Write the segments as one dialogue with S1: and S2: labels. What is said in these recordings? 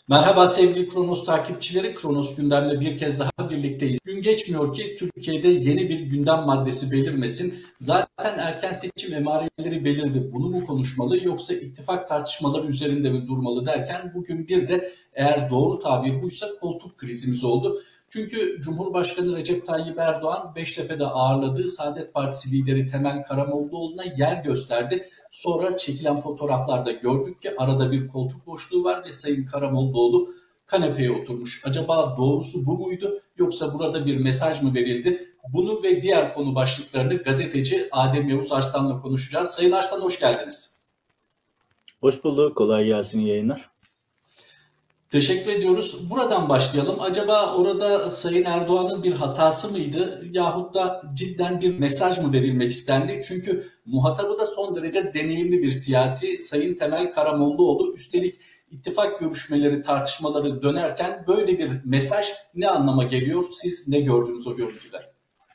S1: Merhaba sevgili Kronos takipçileri. Kronos gündemle bir kez daha birlikteyiz. Gün geçmiyor ki Türkiye'de yeni bir gündem maddesi belirmesin. Zaten erken seçim emareleri belirdi. Bunu mu konuşmalı yoksa ittifak tartışmaları üzerinde mi durmalı derken bugün bir de eğer doğru tabir buysa koltuk krizimiz oldu. Çünkü Cumhurbaşkanı Recep Tayyip Erdoğan Beştepe'de ağırladığı Saadet Partisi lideri Temel Karamollaoğlu'na yer gösterdi. Sonra çekilen fotoğraflarda gördük ki arada bir koltuk boşluğu var ve Sayın Karamollaoğlu kanepeye oturmuş. Acaba doğrusu bu muydu yoksa burada bir mesaj mı verildi? Bunu ve diğer konu başlıklarını gazeteci Adem Yavuz Arslan'la konuşacağız. Sayın Arslan hoş geldiniz.
S2: Hoş bulduk. Kolay gelsin yayınlar.
S1: Teşekkür ediyoruz. Buradan başlayalım. Acaba orada Sayın Erdoğan'ın bir hatası mıydı yahut da cidden bir mesaj mı verilmek istendi? Çünkü muhatabı da son derece deneyimli bir siyasi Sayın Temel Karamollaoğlu. Üstelik ittifak görüşmeleri, tartışmaları dönerken böyle bir mesaj ne anlama geliyor? Siz ne gördünüz o görüntüler?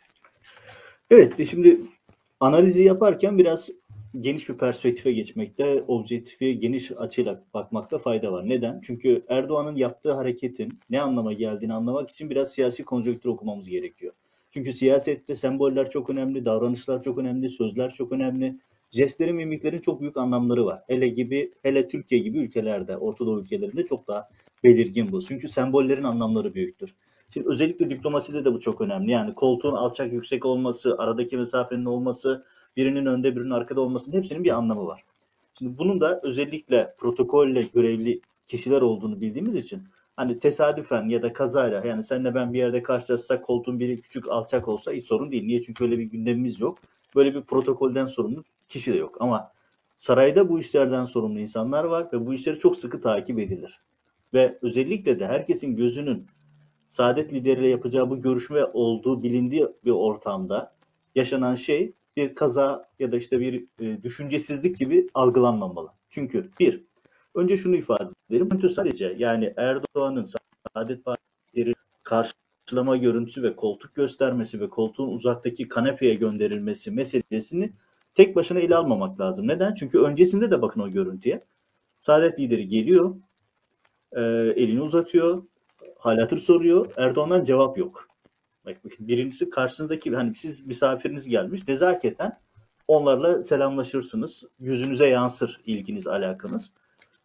S2: Evet, şimdi analizi yaparken biraz geniş bir perspektife geçmekte, objektifi geniş açıyla bakmakta fayda var. Neden? Çünkü Erdoğan'ın yaptığı hareketin ne anlama geldiğini anlamak için biraz siyasi konjonktür okumamız gerekiyor. Çünkü siyasette semboller çok önemli, davranışlar çok önemli, sözler çok önemli. Jestlerin, mimiklerin çok büyük anlamları var. Hele Türkiye gibi ülkelerde, Orta Doğu ülkelerinde çok daha belirgin bu. Çünkü sembollerin anlamları büyüktür. Şimdi özellikle diplomaside de bu çok önemli. Yani koltuğun alçak yüksek olması, aradaki mesafenin olması, birinin önde birinin arkada olmasının hepsinin bir anlamı var. Şimdi bunun da özellikle protokolle görevli kişiler olduğunu bildiğimiz için hani tesadüfen ya da kazayla yani senle ben bir yerde karşılaşsak koltuğun biri küçük alçak olsa hiç sorun değil. Niye? Çünkü öyle bir gündemimiz yok. Böyle bir protokolden sorumlu kişi de yok. Ama sarayda bu işlerden sorumlu insanlar var ve bu işleri çok sıkı takip edilir. Ve özellikle de herkesin gözünün Saadet lideriyle yapacağı bu görüşme olduğu bilindiği bir ortamda yaşanan şey bir kaza ya da işte bir düşüncesizlik gibi algılanmamalı. Çünkü önce şunu ifade edelim. Görüntü sadece yani Erdoğan'ın Saadet Partisi karşılama görüntüsü ve koltuk göstermesi ve koltuğun uzaktaki kanepeye gönderilmesi meselesini tek başına ele almamak lazım. Neden? Çünkü öncesinde de bakın o görüntüye. Saadet lideri geliyor, elini uzatıyor, hal hatır soruyor. Erdoğan'dan cevap yok. Bak, birincisi karşınızdaki hani siz misafiriniz gelmiş nezaketen onlarla selamlaşırsınız. Yüzünüze yansır ilginiz, alakanız.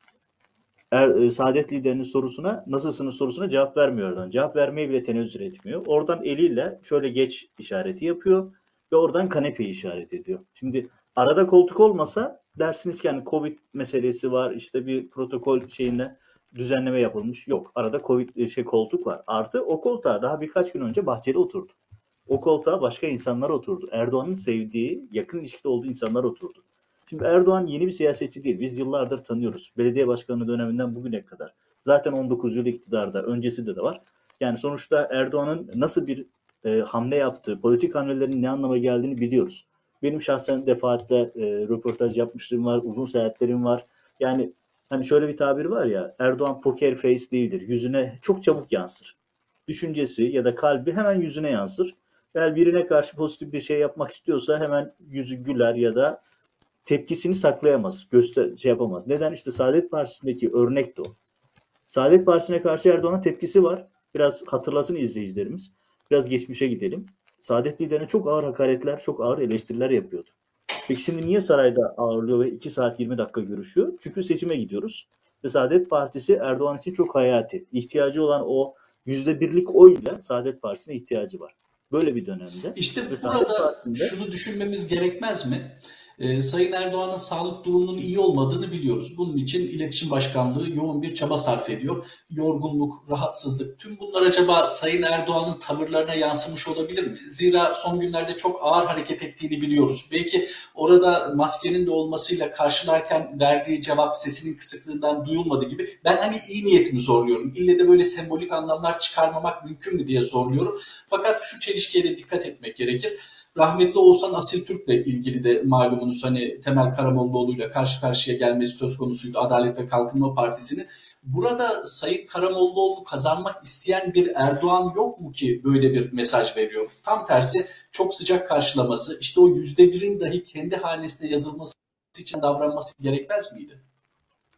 S2: Saadet liderinin sorusuna nasılsınız sorusuna cevap vermiyor oradan. Cevap vermeye bile tenezzül etmiyor. Oradan eliyle şöyle geç işareti yapıyor ve oradan kanepeyi işaret ediyor. Şimdi arada koltuk olmasa dersiniz ki yani Covid meselesi var işte bir protokol şeyinde düzenleme yapılmış. Yok. Arada koltuk var. Artı o koltuğa daha birkaç gün önce Bahçeli oturdu. O koltuğa başka insanlar oturdu. Erdoğan'ın sevdiği, yakın ilişkide olduğu insanlar oturdu. Şimdi Erdoğan yeni bir siyasetçi değil. Biz yıllardır tanıyoruz. Belediye başkanlığı döneminden bugüne kadar. Zaten 19 yıl iktidarda, öncesinde de var. Yani sonuçta Erdoğan'ın nasıl bir hamle yaptığı, politik hamlelerinin ne anlama geldiğini biliyoruz. Benim şahsen defaatle röportaj yapmışlığım var, uzun seyahatlerim var. Yani hani şöyle bir tabir var ya, Erdoğan poker face değildir. Yüzüne çok çabuk yansır. Düşüncesi ya da kalbi hemen yüzüne yansır. Eğer birine karşı pozitif bir şey yapmak istiyorsa hemen yüzü güler ya da tepkisini saklayamaz, yapamaz. Neden? İşte Saadet Partisi'ndeki örnek de o. Saadet Partisi'ne karşı Erdoğan'ın tepkisi var. Biraz hatırlasın izleyicilerimiz. Biraz geçmişe gidelim. Saadet liderine çok ağır hakaretler, çok ağır eleştiriler yapıyordu. Peki şimdi niye sarayda ağırlıyor ve 2 saat 20 dakika görüşüyor? Çünkü seçime gidiyoruz. Ve Saadet Partisi Erdoğan için çok hayati. İhtiyacı olan o %1'lik oyla Saadet Partisi'ne ihtiyacı var. Böyle bir dönemde.
S1: İşte
S2: Ve Saadet
S1: burada
S2: Partisi'nde
S1: şunu düşünmemiz gerekmez mi? Sayın Erdoğan'ın sağlık durumunun iyi olmadığını biliyoruz. Bunun için İletişim Başkanlığı yoğun bir çaba sarf ediyor. Yorgunluk, rahatsızlık, tüm bunlar acaba Sayın Erdoğan'ın tavırlarına yansımış olabilir mi? Zira son günlerde çok ağır hareket ettiğini biliyoruz. Belki orada maskenin de olmasıyla karşılarken verdiği cevap sesinin kısıklığından duyulmadı gibi. Ben hani iyi niyetimi zorluyorum. İlle de böyle sembolik anlamlar çıkarmamak mümkün mü diye zorluyorum. Fakat şu çelişkiye de dikkat etmek gerekir. Rahmetli Oğuzhan Asiltürk'le ilgili de malumunuz hani Temel Karamollaoğlu'yla karşı karşıya gelmesi söz konusuydu Adalet ve Kalkınma Partisi'nin. Burada Sayın Karamollaoğlu kazanmak isteyen bir Erdoğan yok mu ki böyle bir mesaj veriyor? Tam tersi çok sıcak karşılaması, işte o %1'in dahi kendi hanesine yazılması için davranması gerekmez miydi?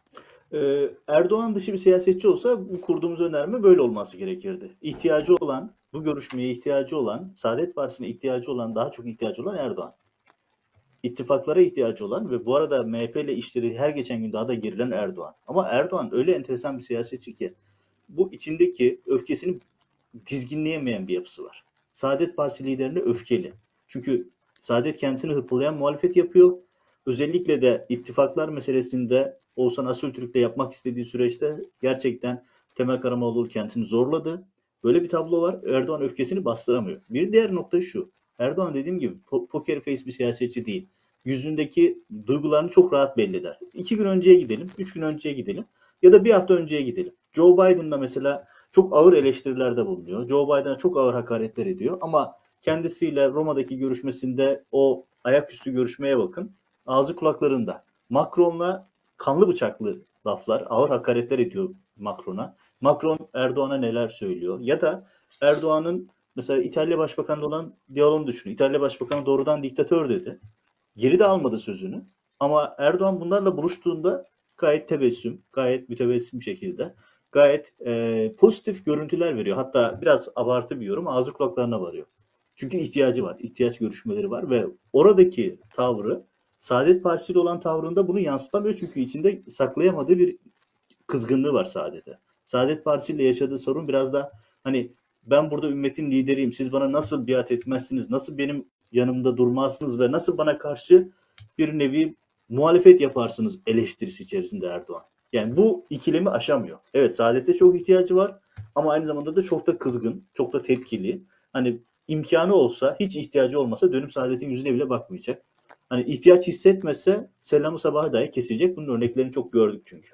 S2: Erdoğan dışı bir siyasetçi olsa bu kurduğumuz önerme böyle olması gerekirdi. İhtiyacı olan, bu görüşmeye ihtiyacı olan, Saadet Partisi'ne ihtiyacı olan, daha çok ihtiyacı olan Erdoğan. İttifaklara ihtiyacı olan ve bu arada MHP ile işleri her geçen gün daha da gerilen Erdoğan. Ama Erdoğan öyle enteresan bir siyasetçi ki bu içindeki öfkesini dizginleyemeyen bir yapısı var. Saadet Partisi liderine öfkeli. Çünkü Saadet kendisini hırpalayan muhalefet yapıyor. Özellikle de ittifaklar meselesinde Oğuzhan Asiltürk'le yapmak istediği süreçte gerçekten Temel Karamoğlu kendisini zorladı. Böyle bir tablo var. Erdoğan öfkesini bastıramıyor. Bir diğer nokta şu. Erdoğan dediğim gibi poker face bir siyasetçi değil. Yüzündeki duygularını çok rahat belli eder. 2 gün önceye gidelim, 3 gün önceye gidelim ya da bir hafta önceye gidelim. Joe Biden'la mesela çok ağır eleştirilerde bulunuyor. Joe Biden'a çok ağır hakaretler ediyor ama kendisiyle Roma'daki görüşmesinde o ayaküstü görüşmeye bakın. Ağzı kulaklarında. Macron'la kanlı bıçaklı laflar, ağır hakaretler ediyor Macron'a. Macron Erdoğan'a neler söylüyor? Ya da Erdoğan'ın mesela İtalya Başbakanı'nda olan diyaloğunu düşünün. İtalya Başbakanı doğrudan diktatör dedi. Geri de almadı sözünü. Ama Erdoğan bunlarla buluştuğunda gayet tebessüm, gayet mütebessim şekilde gayet pozitif görüntüler veriyor. Hatta biraz abartı bir yorum ağzı kulaklarına varıyor. Çünkü ihtiyacı var, ihtiyaç görüşmeleri var ve oradaki tavrı Saadet Partisi'yle olan tavrında bunu yansıtamıyor çünkü içinde saklayamadığı bir kızgınlığı var Saadet'e. Saadet Partisi ile yaşadığı sorun biraz da hani ben burada ümmetin lideriyim, siz bana nasıl biat etmezsiniz, nasıl benim yanımda durmazsınız ve nasıl bana karşı bir nevi muhalefet yaparsınız eleştirisi içerisinde Erdoğan. Yani bu ikilemi aşamıyor. Evet Saadet'e çok ihtiyacı var ama aynı zamanda da çok da kızgın, çok da tepkili. Hani imkanı olsa, hiç ihtiyacı olmasa dönüp Saadet'in yüzüne bile bakmayacak. Hani ihtiyaç hissetmese selamı sabaha dahi kesecek. Bunun örneklerini çok gördük çünkü.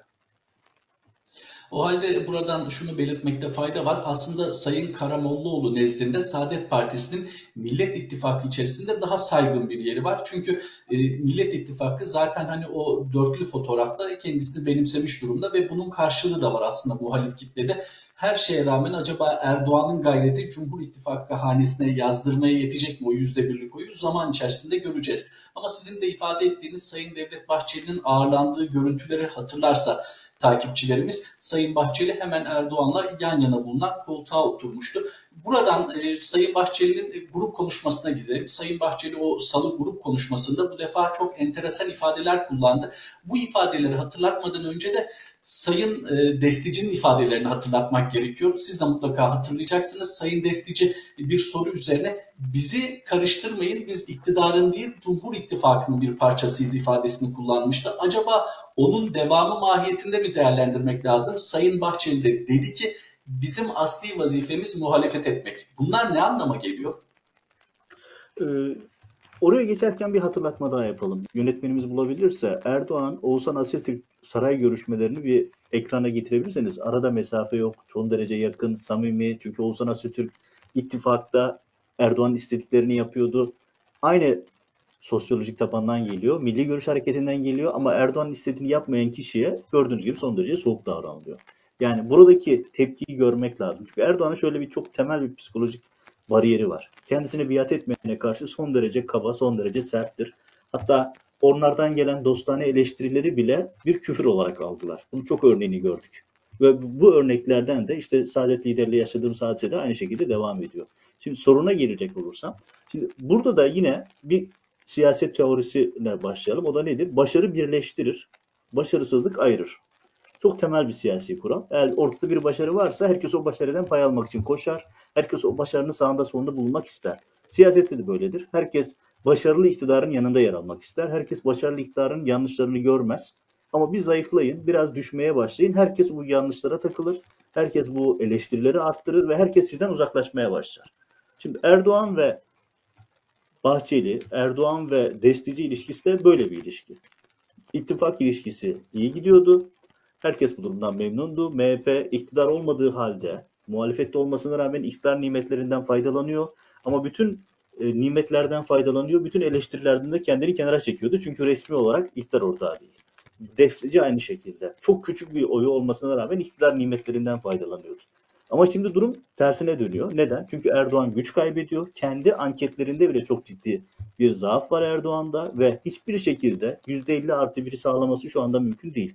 S1: O halde buradan şunu belirtmekte fayda var. Aslında Sayın Karamollaoğlu nezdinde Saadet Partisi'nin Millet İttifakı içerisinde daha saygın bir yeri var. Çünkü Millet İttifakı zaten hani o dörtlü fotoğrafta kendisini benimsemiş durumda ve bunun karşılığı da var aslında muhalif kitlede. Her şeye rağmen acaba Erdoğan'ın gayreti Cumhur İttifakı hanesine yazdırmaya yetecek mi o %1'lik oyu? Zaman içerisinde göreceğiz. Ama sizin de ifade ettiğiniz Sayın Devlet Bahçeli'nin ağırlandığı görüntüleri hatırlarsa takipçilerimiz Sayın Bahçeli hemen Erdoğan'la yan yana bulunan koltuğa oturmuştu. Buradan Sayın Bahçeli'nin grup konuşmasına gidelim. Sayın Bahçeli o salı grup konuşmasında bu defa çok enteresan ifadeler kullandı. Bu ifadeleri hatırlatmadan önce de Sayın Destici'nin ifadelerini hatırlatmak gerekiyor. Siz de mutlaka hatırlayacaksınız. Sayın Destici bir soru üzerine bizi karıştırmayın, biz iktidarın değil Cumhur İttifakı'nın bir parçasıyız ifadesini kullanmıştı. Acaba onun devamı mahiyetinde mi değerlendirmek lazım? Sayın Bahçeli de dedi ki bizim asli vazifemiz muhalefet etmek. Bunlar ne anlama geliyor?
S2: Ee, Oraya geçerken bir hatırlatma daha yapalım. Yönetmenimiz bulabilirse Erdoğan, Oğuzhan Asiltürk saray görüşmelerini bir ekrana getirebilirseniz arada mesafe yok. Son derece yakın, samimi. Çünkü Oğuzhan Asiltürk ittifakta Erdoğan'ın istediklerini yapıyordu. Aynı sosyolojik tabandan geliyor. Milli Görüş Hareketi'nden geliyor ama Erdoğan'ın istediğini yapmayan kişiye gördüğünüz gibi son derece soğuk davranılıyor. Yani buradaki tepkiyi görmek lazım. Çünkü Erdoğan'ın şöyle bir çok temel bir psikolojik bariyeri var. Kendisine biat etmeyene karşı son derece kaba, son derece serttir. Hatta onlardan gelen dostane eleştirileri bile bir küfür olarak aldılar. Bunu çok örneğini gördük. Ve bu örneklerden de işte Saadet liderliği yaşadığım Saadet'e de aynı şekilde devam ediyor. Şimdi soruna gelecek olursam, şimdi burada da yine bir siyaset teorisiyle başlayalım. O da nedir? Başarı birleştirir, başarısızlık ayırır. Çok temel bir siyasi kural. Eğer ortada bir başarı varsa herkes o başarıdan pay almak için koşar. Herkes o başarının sağında solunda bulunmak ister. Siyasette de böyledir. Herkes başarılı iktidarın yanında yer almak ister. Herkes başarılı iktidarın yanlışlarını görmez. Ama bir zayıflayın, biraz düşmeye başlayın. Herkes bu yanlışlara takılır. Herkes bu eleştirileri arttırır ve herkes sizden uzaklaşmaya başlar. Şimdi Erdoğan ve Bahçeli, Erdoğan ve Destici ilişkisi de böyle bir ilişki. İttifak ilişkisi iyi gidiyordu. Herkes bu durumdan memnundu. MHP iktidar olmadığı halde, muhalefette olmasına rağmen iktidar nimetlerinden faydalanıyor. Ama bütün nimetlerden faydalanıyor. Bütün eleştirilerden de kendini kenara çekiyordu. Çünkü resmi olarak iktidar ortağı değil. Destici aynı şekilde. Çok küçük bir oyu olmasına rağmen iktidar nimetlerinden faydalanıyordu. Ama şimdi durum tersine dönüyor. Neden? Çünkü Erdoğan güç kaybediyor. Kendi anketlerinde bile çok ciddi bir zaaf var Erdoğan'da ve hiçbir şekilde %50 artı biri sağlaması şu anda mümkün değil.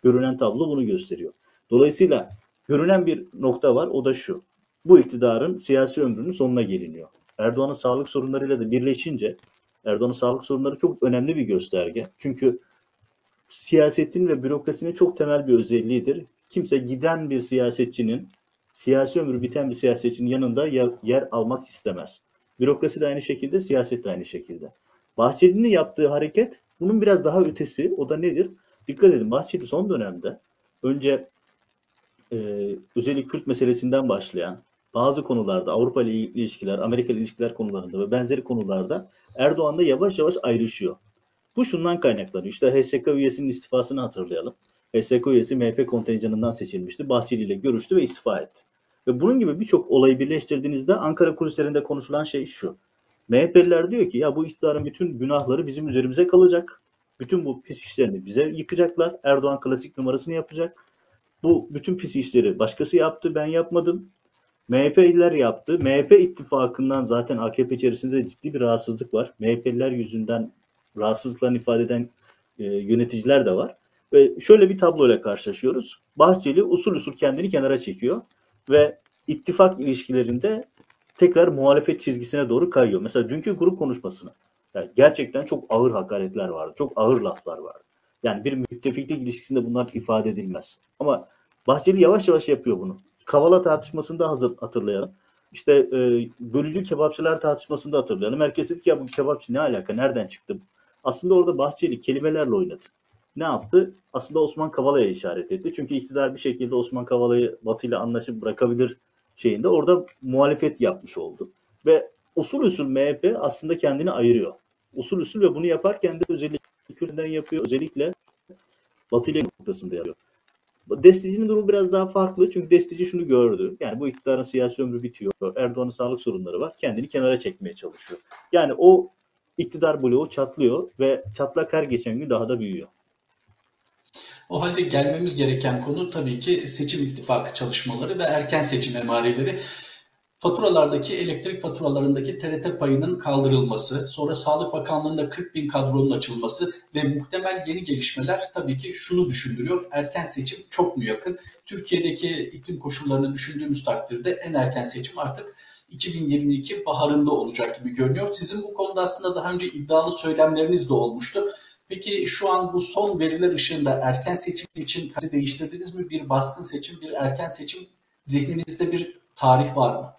S2: Görünen tablo bunu gösteriyor. Dolayısıyla görünen bir nokta var, o da şu. Bu iktidarın siyasi ömrünün sonuna geliniyor. Erdoğan'ın sağlık sorunlarıyla da birleşince, Erdoğan'ın sağlık sorunları çok önemli bir gösterge. Çünkü siyasetin ve bürokrasinin çok temel bir özelliğidir. Kimse giden bir siyasetçinin, siyasi ömrü biten bir siyasetçinin yanında yer almak istemez. Bürokrasi de aynı şekilde, siyaset de aynı şekilde. Bahçeli'nin yaptığı hareket bunun biraz daha ötesi. O da nedir? Dikkat edin, Bahçeli son dönemde önce özellikle Kürt meselesinden başlayan bazı konularda, Avrupa ile ilişkiler, Amerika ile ilişkiler konularında ve benzeri konularda Erdoğan'la yavaş yavaş ayrışıyor. Bu şundan kaynaklanıyor. İşte HSK üyesinin istifasını hatırlayalım. HSK üyesi MHP kontenjanından seçilmişti. Bahçeli ile görüştü ve istifa etti. Ve bunun gibi birçok olayı birleştirdiğinizde Ankara kulislerinde konuşulan şey şu. MHP'liler diyor ki ya bu iktidarın bütün günahları bizim üzerimize kalacak. Bütün bu pis işlerini bize yıkacaklar. Erdoğan klasik numarasını yapacak. Bu bütün pis işleri başkası yaptı, ben yapmadım. MHP'liler yaptı. MHP ittifakından zaten AKP içerisinde de ciddi bir rahatsızlık var. MHP'liler yüzünden rahatsızlıklarını ifade eden yöneticiler de var. Ve şöyle bir tabloyla karşılaşıyoruz. Bahçeli usul usul kendini kenara çekiyor ve ittifak ilişkilerinde tekrar muhalefet çizgisine doğru kayıyor. Mesela dünkü grup konuşmasını yani gerçekten çok ağır hakaretler vardı. Çok ağır laflar vardı. Yani bir müttefiklik ilişkisinde bunlar ifade edilmez. Ama Bahçeli yavaş yavaş yapıyor bunu. Kavala tartışmasında hatırlayalım. İşte bölücü kebapçılar tartışmasında hatırlayalım. Herkes dedi ki ya bu kebapçı ne alaka, nereden çıktı? Aslında orada Bahçeli kelimelerle oynadı. Ne yaptı? Aslında Osman Kavala'ya işaret etti. Çünkü iktidar bir şekilde Osman Kavala'yı Batı ile anlaşıp bırakabilir şeyinde orada muhalefet yapmış oldu. Ve usul usul MHP aslında kendini ayırıyor. Usul usul ve bunu yaparken de özellikle Kürt'ten yapıyor. Özellikle Batı ile noktasında yapıyor. Destici'nin durumu biraz daha farklı. Çünkü Destici şunu gördü. Yani bu iktidarın siyasi ömrü bitiyor. Erdoğan'ın sağlık sorunları var. Kendini kenara çekmeye çalışıyor. Yani o iktidar bloğu çatlıyor ve çatlak her geçen gün daha da büyüyor.
S1: O halde gelmemiz gereken konu tabii ki seçim ittifakı çalışmaları ve erken seçim emareleri. Faturalardaki, elektrik faturalarındaki TRT payının kaldırılması, sonra Sağlık Bakanlığı'nda 40 bin kadronun açılması ve muhtemel yeni gelişmeler tabii ki şunu düşündürüyor. Erken seçim çok mu yakın? Türkiye'deki iklim koşullarını düşündüğümüz takdirde en erken seçim artık 2022 baharında olacak gibi görünüyor. Sizin bu konuda aslında daha önce iddialı söylemleriniz de olmuştu. Peki şu an bu son veriler ışığında erken seçim için karar değiştirdiniz mi? Bir baskın seçim, bir erken seçim, zihninizde bir tarih var mı?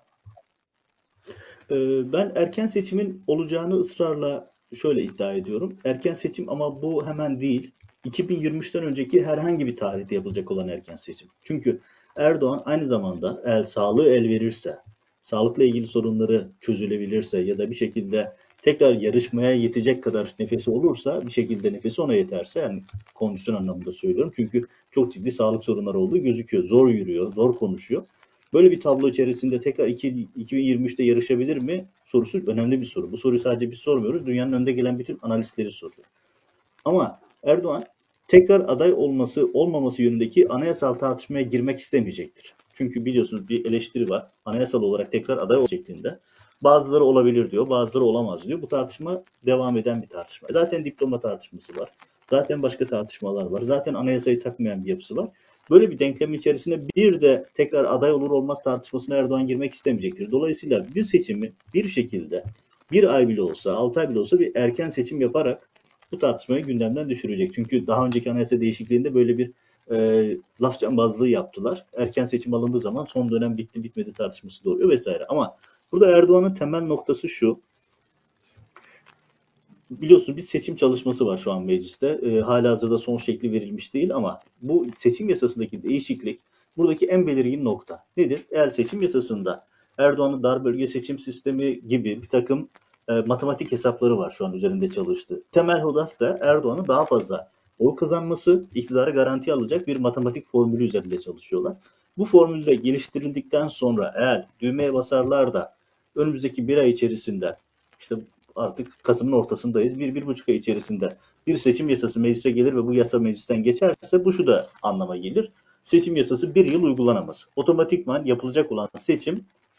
S2: Ben erken seçimin olacağını ısrarla şöyle iddia ediyorum. Erken seçim ama bu hemen değil. 2023'ten önceki herhangi bir tarihte yapılacak olan erken seçim. Çünkü Erdoğan aynı zamanda eğer sağlığı el verirse, sağlıkla ilgili sorunları çözülebilirse ya da bir şekilde tekrar yarışmaya yetecek kadar nefesi olursa, bir şekilde nefesi ona yeterse, yani kondisyon anlamında söylüyorum. Çünkü çok ciddi sağlık sorunları olduğu gözüküyor. Zor yürüyor, zor konuşuyor. Böyle bir tablo içerisinde tekrar 2023'te yarışabilir mi sorusu önemli bir soru. Bu soruyu sadece biz sormuyoruz. Dünyanın önde gelen bütün analistleri soruyor. Ama Erdoğan tekrar aday olması olmaması yönündeki anayasal tartışmaya girmek istemeyecektir. Çünkü biliyorsunuz bir eleştiri var. Anayasal olarak tekrar aday olacak şeklinde. Bazıları olabilir diyor, bazıları olamaz diyor. Bu tartışma devam eden bir tartışma. Zaten diploma tartışması var. Zaten başka tartışmalar var. Zaten anayasayı takmayan bir yapısı var. Böyle bir denklem içerisinde bir de tekrar aday olur olmaz tartışmasına Erdoğan girmek istemeyecektir. Dolayısıyla bir seçimi bir şekilde bir ay bile olsa, 6 ay bile olsa bir erken seçim yaparak bu tartışmayı gündemden düşürecek. Çünkü daha önceki anayasa değişikliğinde böyle bir laf cambazlığı yaptılar. Erken seçim alındığı zaman son dönem bitti bitmedi tartışması doğuyor vesaire. Ama burada Erdoğan'ın temel noktası şu. Biliyorsunuz bir seçim çalışması var şu an mecliste. Halihazırda son şekli verilmiş değil ama bu seçim yasasındaki değişiklik buradaki en belirgin nokta. Nedir? Eğer seçim yasasında Erdoğan'ın dar bölge seçim sistemi gibi bir takım matematik hesapları var şu an üzerinde çalıştığı. Temel hedef de Erdoğan'ın daha fazla oy kazanması, iktidarı garantiye alacak bir matematik formülü üzerinde çalışıyorlar. Bu formül de geliştirildikten sonra eğer düğmeye basarlar da önümüzdeki bir ay içerisinde işte artık Kasım'ın ortasındayız. Bir buçuk ay içerisinde bir seçim yasası meclise gelir ve bu yasa meclisten geçerse bu şu da anlama gelir. Seçim yasası bir yıl uygulanamaz. Otomatikman yapılacak olan seçim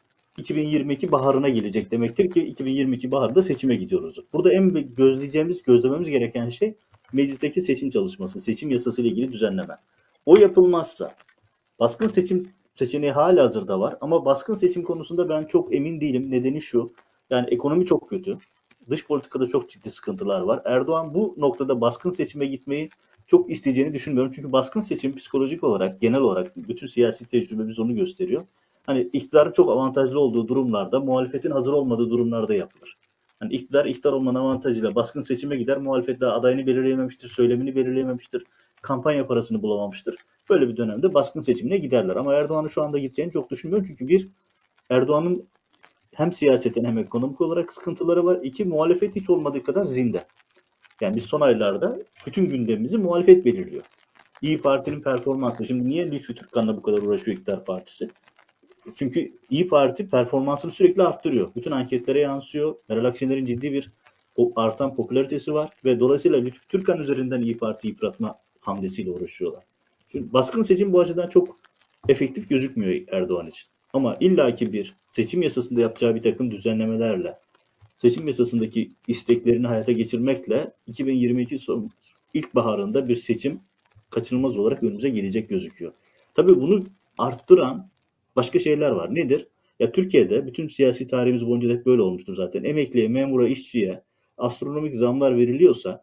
S2: 2022 baharına gelecek demektir ki 2022 baharında seçime gidiyoruz. Burada en gözlememiz gereken şey meclisteki seçim çalışması, seçim yasası ile ilgili düzenleme. O yapılmazsa baskın seçim seçeneği halihazırda var ama baskın seçim konusunda ben çok emin değilim. Nedeni şu, yani ekonomi çok kötü. Dış politikada çok ciddi sıkıntılar var. Erdoğan bu noktada baskın seçime gitmeyi çok isteyeceğini düşünmüyorum. Çünkü baskın seçim psikolojik olarak, genel olarak bütün siyasi tecrübemiz onu gösteriyor. Hani iktidarın çok avantajlı olduğu durumlarda, muhalefetin hazır olmadığı durumlarda yapılır. Hani iktidar olmanın avantajıyla baskın seçime gider, muhalefet daha adayını belirleyememiştir, söylemini belirleyememiştir, kampanya parasını bulamamıştır. Böyle bir dönemde baskın seçimine giderler. Ama Erdoğan'ın şu anda gideceğini çok düşünmüyorum. Çünkü bir, Erdoğan'ın hem siyaseten hem ekonomik olarak sıkıntıları var. İki, muhalefet hiç olmadığı kadar zinde. Yani biz son aylarda bütün gündemimizi muhalefet belirliyor. İyi Parti'nin performansı. Şimdi niye Lütfü Türkkan'la bu kadar uğraşıyor iktidar partisi? Çünkü İyi Parti performansını sürekli arttırıyor. Bütün anketlere yansıyor. Meral Akşener'in ciddi bir artan popülaritesi var ve dolayısıyla Lütfü Türkkan üzerinden İyi Parti'yi yıpratma hamlesiyle uğraşıyorlar. Şimdi baskın seçim bu açıdan çok efektif gözükmüyor Erdoğan için. Ama illaki bir seçim yasasında yapacağı bir takım düzenlemelerle, seçim yasasındaki isteklerini hayata geçirmekle 2022 ilkbaharında bir seçim kaçınılmaz olarak önümüze gelecek gözüküyor. Tabii bunu arttıran başka şeyler var. Nedir? Ya Türkiye'de bütün siyasi tarihimiz boyunca hep böyle olmuştur zaten. Emekliye, memura, işçiye astronomik zamlar veriliyorsa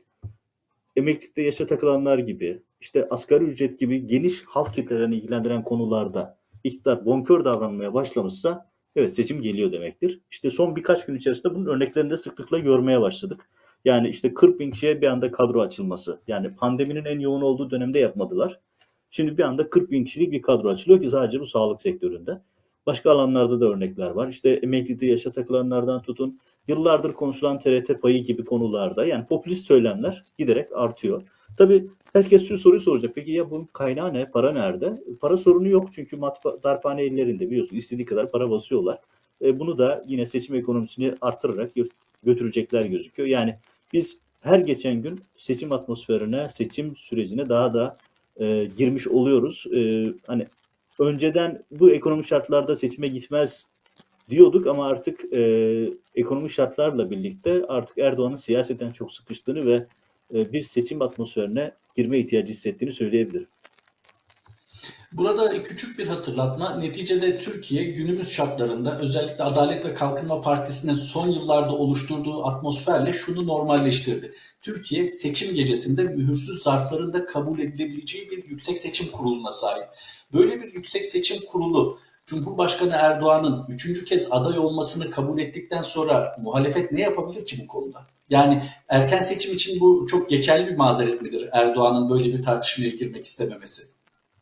S2: emeklilikte yaşa takılanlar gibi, işte asgari ücret gibi geniş halk kitlelerini ilgilendiren konularda iktidar bonkör davranmaya başlamışsa evet seçim geliyor demektir. İşte son birkaç gün içerisinde bunun örneklerini de sıklıkla görmeye başladık. Yani işte 40 bin kişiye bir anda kadro açılması. Yani pandeminin en yoğun olduğu dönemde yapmadılar. Şimdi bir anda 40 bin kişilik bir kadro açılıyor ki sadece bu sağlık sektöründe. Başka alanlarda da örnekler var. İşte emeklilikte yaşa takılanlardan tutun, yıllardır konuşulan TRT payı gibi konularda yani popülist söylemler giderek artıyor. Tabii herkes şu soruyu soracak. Peki ya bunun kaynağı ne? Para nerede? Para sorunu yok çünkü darphane ellerinde biliyorsun istediği kadar para basıyorlar. Bunu da yine seçim ekonomisini artırarak götürecekler gözüküyor. Yani biz her geçen gün seçim atmosferine, seçim sürecine daha da girmiş oluyoruz. Hani önceden bu ekonomi şartlarda seçime gitmez diyorduk ama artık ekonomik şartlarla birlikte artık Erdoğan'ın siyaseten çok sıkıştığını ve bir seçim atmosferine girme ihtiyacı hissettiğini söyleyebilirim.
S1: Burada küçük bir hatırlatma. Neticede Türkiye günümüz şartlarında özellikle Adalet ve Kalkınma Partisi'nin son yıllarda oluşturduğu atmosferle şunu normalleştirdi. Türkiye seçim gecesinde mühürsüz zarfların da kabul edilebileceği bir yüksek seçim kuruluna sahip. Böyle bir yüksek seçim kurulu Cumhurbaşkanı Erdoğan'ın üçüncü kez aday olmasını kabul ettikten sonra muhalefet ne yapabilir ki bu konuda? Yani erken seçim için bu çok geçerli bir mazeret midir Erdoğan'ın böyle bir tartışmaya girmek istememesi?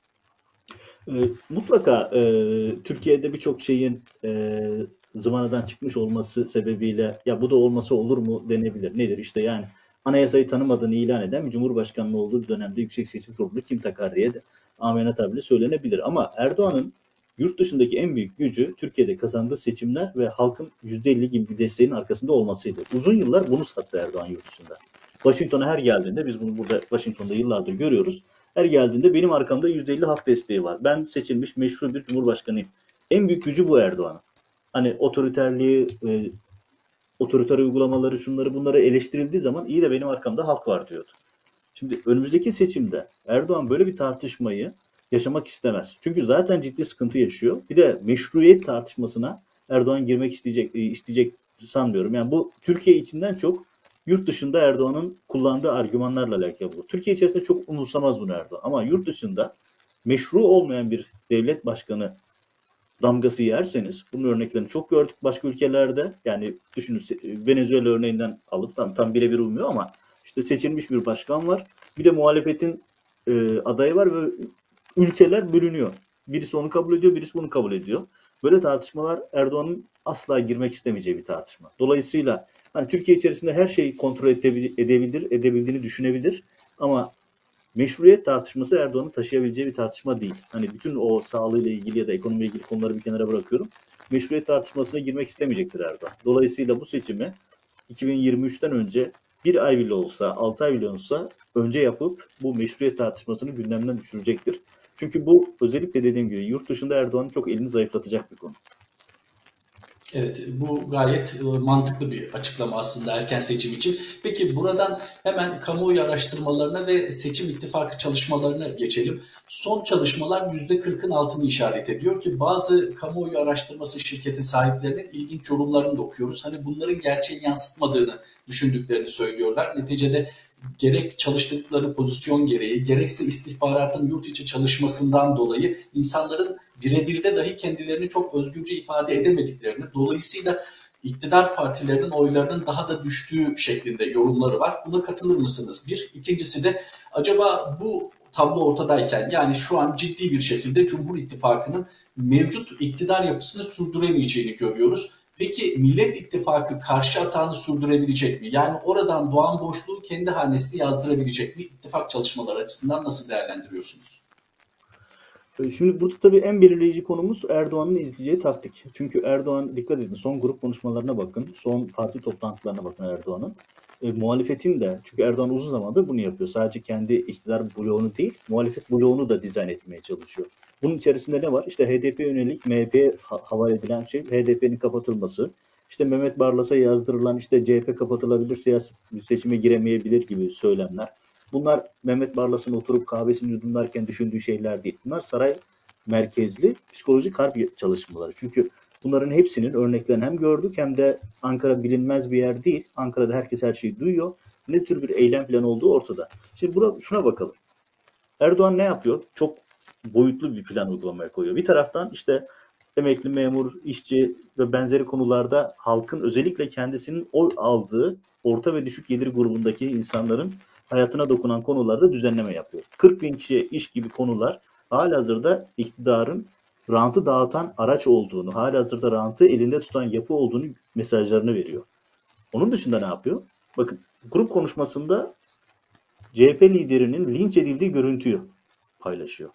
S2: Mutlaka Türkiye'de birçok şeyin zıvanadan çıkmış olması sebebiyle ya bu da olmasa olur mu denebilir. Nedir? İşte yani anayasayı tanımadığını ilan eden bir cumhurbaşkanlığı olduğu dönemde yüksek seçim kurulu kim takar diye de amenna tabirle söylenebilir. Ama Erdoğan'ın yurt dışındaki en büyük gücü Türkiye'de kazandığı seçimler ve halkın %50 gibi bir desteğin arkasında olmasıydı. Uzun yıllar bunu sattı Erdoğan yurt dışında. Washington'a her geldiğinde biz bunu burada Washington'da yıllardır görüyoruz. Her geldiğinde benim arkamda %50 halk desteği var. Ben seçilmiş meşru bir cumhurbaşkanıyım. En büyük gücü bu Erdoğan'ın. Hani otoriterliği, otoriter uygulamaları, şunları bunları eleştirildiği zaman iyi de benim arkamda halk var diyordu. Şimdi önümüzdeki seçimde Erdoğan böyle bir tartışmayı yaşamak istemez. Çünkü zaten ciddi sıkıntı yaşıyor. Bir de meşruiyet tartışmasına Erdoğan girmek isteyecek sanmıyorum. Yani bu Türkiye içinden çok yurt dışında Erdoğan'ın kullandığı argümanlarla alakalı bu. Türkiye içerisinde çok umursamaz bunu Erdoğan. Ama yurt dışında meşru olmayan bir devlet başkanı damgası yerseniz, bunun örneklerini çok gördük başka ülkelerde. Yani düşünün Venezuela örneğinden alıp tam birebir uymuyor ama işte seçilmiş bir başkan var. Bir de muhalefetin adayı var ve ülkeler bölünüyor. Birisi onu kabul ediyor, birisi bunu kabul ediyor. Böyle tartışmalar Erdoğan'ın asla girmek istemeyeceği bir tartışma. Dolayısıyla hani Türkiye içerisinde her şeyi kontrol edebildiğini düşünebilir ama meşruiyet tartışması Erdoğan'ın taşıyabileceği bir tartışma değil. Hani bütün o sağlığıyla ilgili ya da ekonomiyle ilgili konuları bir kenara bırakıyorum. Meşruiyet tartışmasına girmek istemeyecektir Erdoğan. Dolayısıyla bu seçimi 2023'ten önce bir ay bile olsa, 6 ay bile olsa önce yapıp bu meşruiyet tartışmasını gündemden düşürecektir. Çünkü bu özellikle dediğim gibi yurt dışında Erdoğan'ın çok elini zayıflatacak bir konu.
S1: Evet, bu gayet mantıklı bir açıklama aslında erken seçim için. Peki buradan hemen kamuoyu araştırmalarına ve seçim ittifakı çalışmalarına geçelim. Son çalışmalar %40'ın altını işaret ediyor ki bazı kamuoyu araştırması şirketi sahiplerinin ilginç yorumlarını da okuyoruz. Hani bunların gerçeği yansıtmadığını düşündüklerini söylüyorlar. Neticede gerek çalıştıkları pozisyon gereği, gerekse istihbaratın yurt içi çalışmasından dolayı insanların birebirde dahi kendilerini çok özgürce ifade edemediklerini, dolayısıyla iktidar partilerinin oylarının daha da düştüğü şeklinde yorumları var. Buna katılır mısınız? Bir. İkincisi de acaba bu tablo ortadayken, yani şu an ciddi bir şekilde Cumhur İttifakı'nın mevcut iktidar yapısını sürdüremeyeceğini görüyoruz. Peki Millet İttifakı karşı atağını sürdürebilecek mi? Yani oradan doğan boşluğu kendi hanesine yazdırabilecek mi? İttifak çalışmaları açısından nasıl değerlendiriyorsunuz?
S2: Şimdi burada tabii en belirleyici konumuz Erdoğan'ın izleyeceği taktik. Çünkü Erdoğan, dikkat edin, son grup konuşmalarına bakın, son parti toplantılarına bakın Erdoğan'ın. Muhalefetin de, çünkü Erdoğan uzun zamandır bunu yapıyor. Sadece kendi iktidar bloğunu değil, muhalefet bloğunu da dizayn etmeye çalışıyor. Bunun içerisinde ne var? İşte HDP yönelik MHP'ye havale edilen şey HDP'nin kapatılması. İşte Mehmet Barlas'a yazdırılan işte CHP kapatılabilir, siyasi seçime giremeyebilir gibi söylemler. Bunlar Mehmet Barlas'ın oturup kahvesini yudumlarken düşündüğü şeyler değil. Bunlar saray merkezli psikolojik harp çalışmaları. Çünkü bunların hepsinin örneklerini hem gördük hem de Ankara bilinmez bir yer değil. Ankara'da herkes her şeyi duyuyor. Ne tür bir eylem planı olduğu ortada. Şimdi şuna bakalım. Erdoğan ne yapıyor? Çok boyutlu bir plan uygulamaya koyuyor. Bir taraftan işte emekli memur, işçi ve benzeri konularda halkın özellikle kendisinin oy aldığı orta ve düşük gelir grubundaki insanların hayatına dokunan konularda düzenleme yapıyor. 40 bin kişiye iş gibi konular halihazırda iktidarın rantı dağıtan araç olduğunu, halihazırda rantı elinde tutan yapı olduğunu mesajlarını veriyor. Onun dışında ne yapıyor? Bakın, grup konuşmasında CHP liderinin linç edildiği görüntüyü paylaşıyor.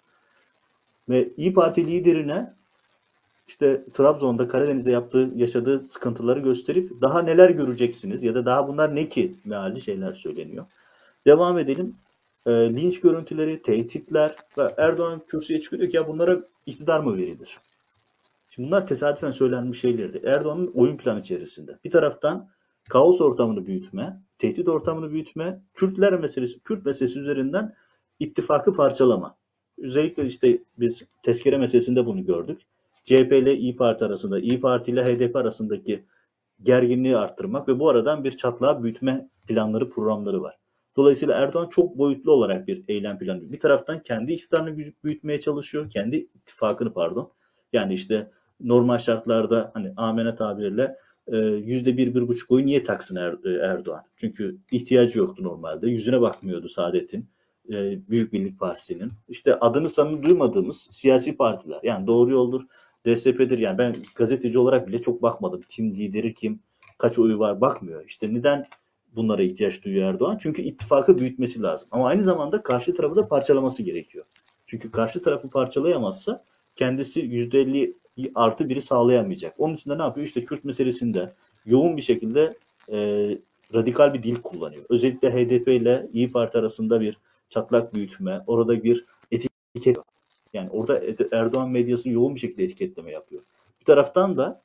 S2: Ve İyi Parti liderine işte Trabzon'da, Karadeniz'de yaşadığı sıkıntıları gösterip daha neler göreceksiniz ya da daha bunlar ne ki meali şeyler söyleniyor. Devam edelim. Linç görüntüleri, tehditler ve Erdoğan kürsüye çıkıyor diyor ki ya bunlara iktidar mı verilir? Şimdi bunlar tesadüfen söylenmiş şeylerdi. Erdoğan'ın oyun planı içerisinde. Bir taraftan kaos ortamını büyütme, tehdit ortamını büyütme, Kürt meselesi üzerinden ittifakı parçalama. Özellikle işte biz tezkere meselesinde bunu gördük. CHP ile İyi Parti arasında, İyi Parti ile HDP arasındaki gerginliği arttırmak ve bu aradan bir çatlağı büyütme planları, programları var. Dolayısıyla Erdoğan çok boyutlu olarak bir eylem planı. Bir taraftan kendi iktidarını büyütmeye çalışıyor, kendi ittifakını pardon. Yani işte normal şartlarda hani amene tabirle %1-1,5 oyu niye taksın Erdoğan? Çünkü ihtiyacı yoktu normalde. Yüzüne bakmıyordu Saadet'in, Büyük Birlik Partisi'nin. İşte adını sanını duymadığımız siyasi partiler. Yani Doğru Yoldur, DSP'dir. Yani ben gazeteci olarak bile çok bakmadım. Kim lideri kim, kaç oyu var bakmıyor. İşte neden bunlara ihtiyaç duyuyor Erdoğan? Çünkü ittifakı büyütmesi lazım. Ama aynı zamanda karşı tarafı da parçalaması gerekiyor. Çünkü karşı tarafı parçalayamazsa kendisi %50 artı biri sağlayamayacak. Onun için de ne yapıyor? İşte Kürt meselesinde yoğun bir şekilde e, radikal bir dil kullanıyor. Özellikle HDP ile İyi Parti arasında bir çatlak büyütme, orada bir etiket, yani orada Erdoğan medyasını yoğun bir şekilde etiketleme yapıyor. Bir taraftan da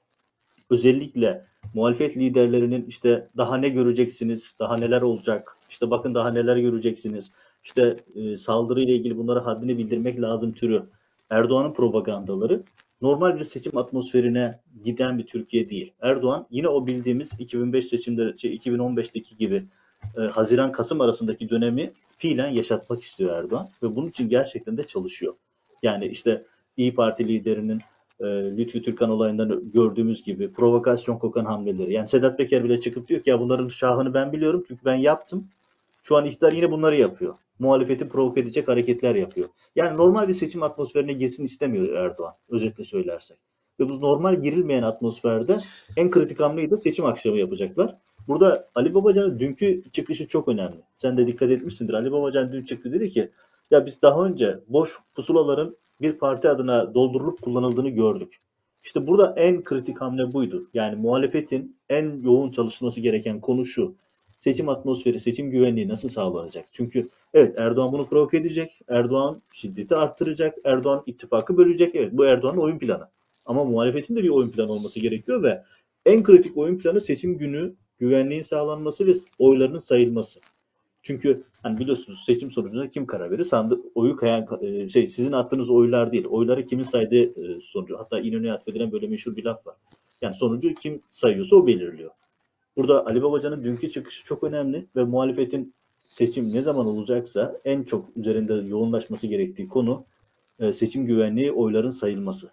S2: özellikle muhalefet liderlerinin işte daha ne göreceksiniz, daha neler olacak, işte bakın daha neler göreceksiniz, işte saldırıyla ilgili bunlara haddini bildirmek lazım türü Erdoğan'ın propagandaları normal bir seçim atmosferine giden bir Türkiye değil. Erdoğan yine o bildiğimiz 2005 seçimleri, 2015'teki gibi Haziran-Kasım arasındaki dönemi fiilen yaşatmak istiyor Erdoğan ve bunun için gerçekten de çalışıyor. Yani işte İyi Parti liderinin Lütfü Türkan olayından gördüğümüz gibi provokasyon kokan hamleleri. Yani Sedat Peker bile çıkıp diyor ki ya bunların şahını ben biliyorum çünkü ben yaptım. Şu an iktidar yine bunları yapıyor. Muhalefeti provoke edecek hareketler yapıyor. Yani normal bir seçim atmosferine girsin istemiyor Erdoğan. Özetle söylersek. Ve bu normal girilmeyen atmosferde en kritik hamleyi de seçim akşamı yapacaklar. Burada Ali Babacan'ın dünkü çıkışı çok önemli. Sen de dikkat etmişsindir. Ali Babacan dün çıktı dedi ki ya biz daha önce boş pusulaların bir parti adına doldurulup kullanıldığını gördük. İşte burada en kritik hamle buydu. Yani muhalefetin en yoğun çalışması gereken konu şu. Seçim atmosferi, seçim güvenliği nasıl sağlanacak? Çünkü evet Erdoğan bunu provoke edecek. Erdoğan şiddeti arttıracak. Erdoğan ittifakı bölecek. Evet bu Erdoğan'ın oyun planı. Ama muhalefetin de bir oyun planı olması gerekiyor ve en kritik oyun planı seçim günü güvenliğin sağlanması ve oylarının sayılması. Çünkü hani biliyorsunuz seçim sonucunda kim karar verir? Sandık oyu kayan sizin attığınız oylar değil. Oyları kimin saydığı sonucu. Hatta İnönü'ye atfedilen böyle meşhur bir laf var. Yani sonucu kim sayıyorsa o belirliyor. Burada Ali Babacan'ın dünkü çıkışı çok önemli ve muhalefetin seçim ne zaman olacaksa en çok üzerinde yoğunlaşması gerektiği konu seçim güvenliği, oyların sayılması.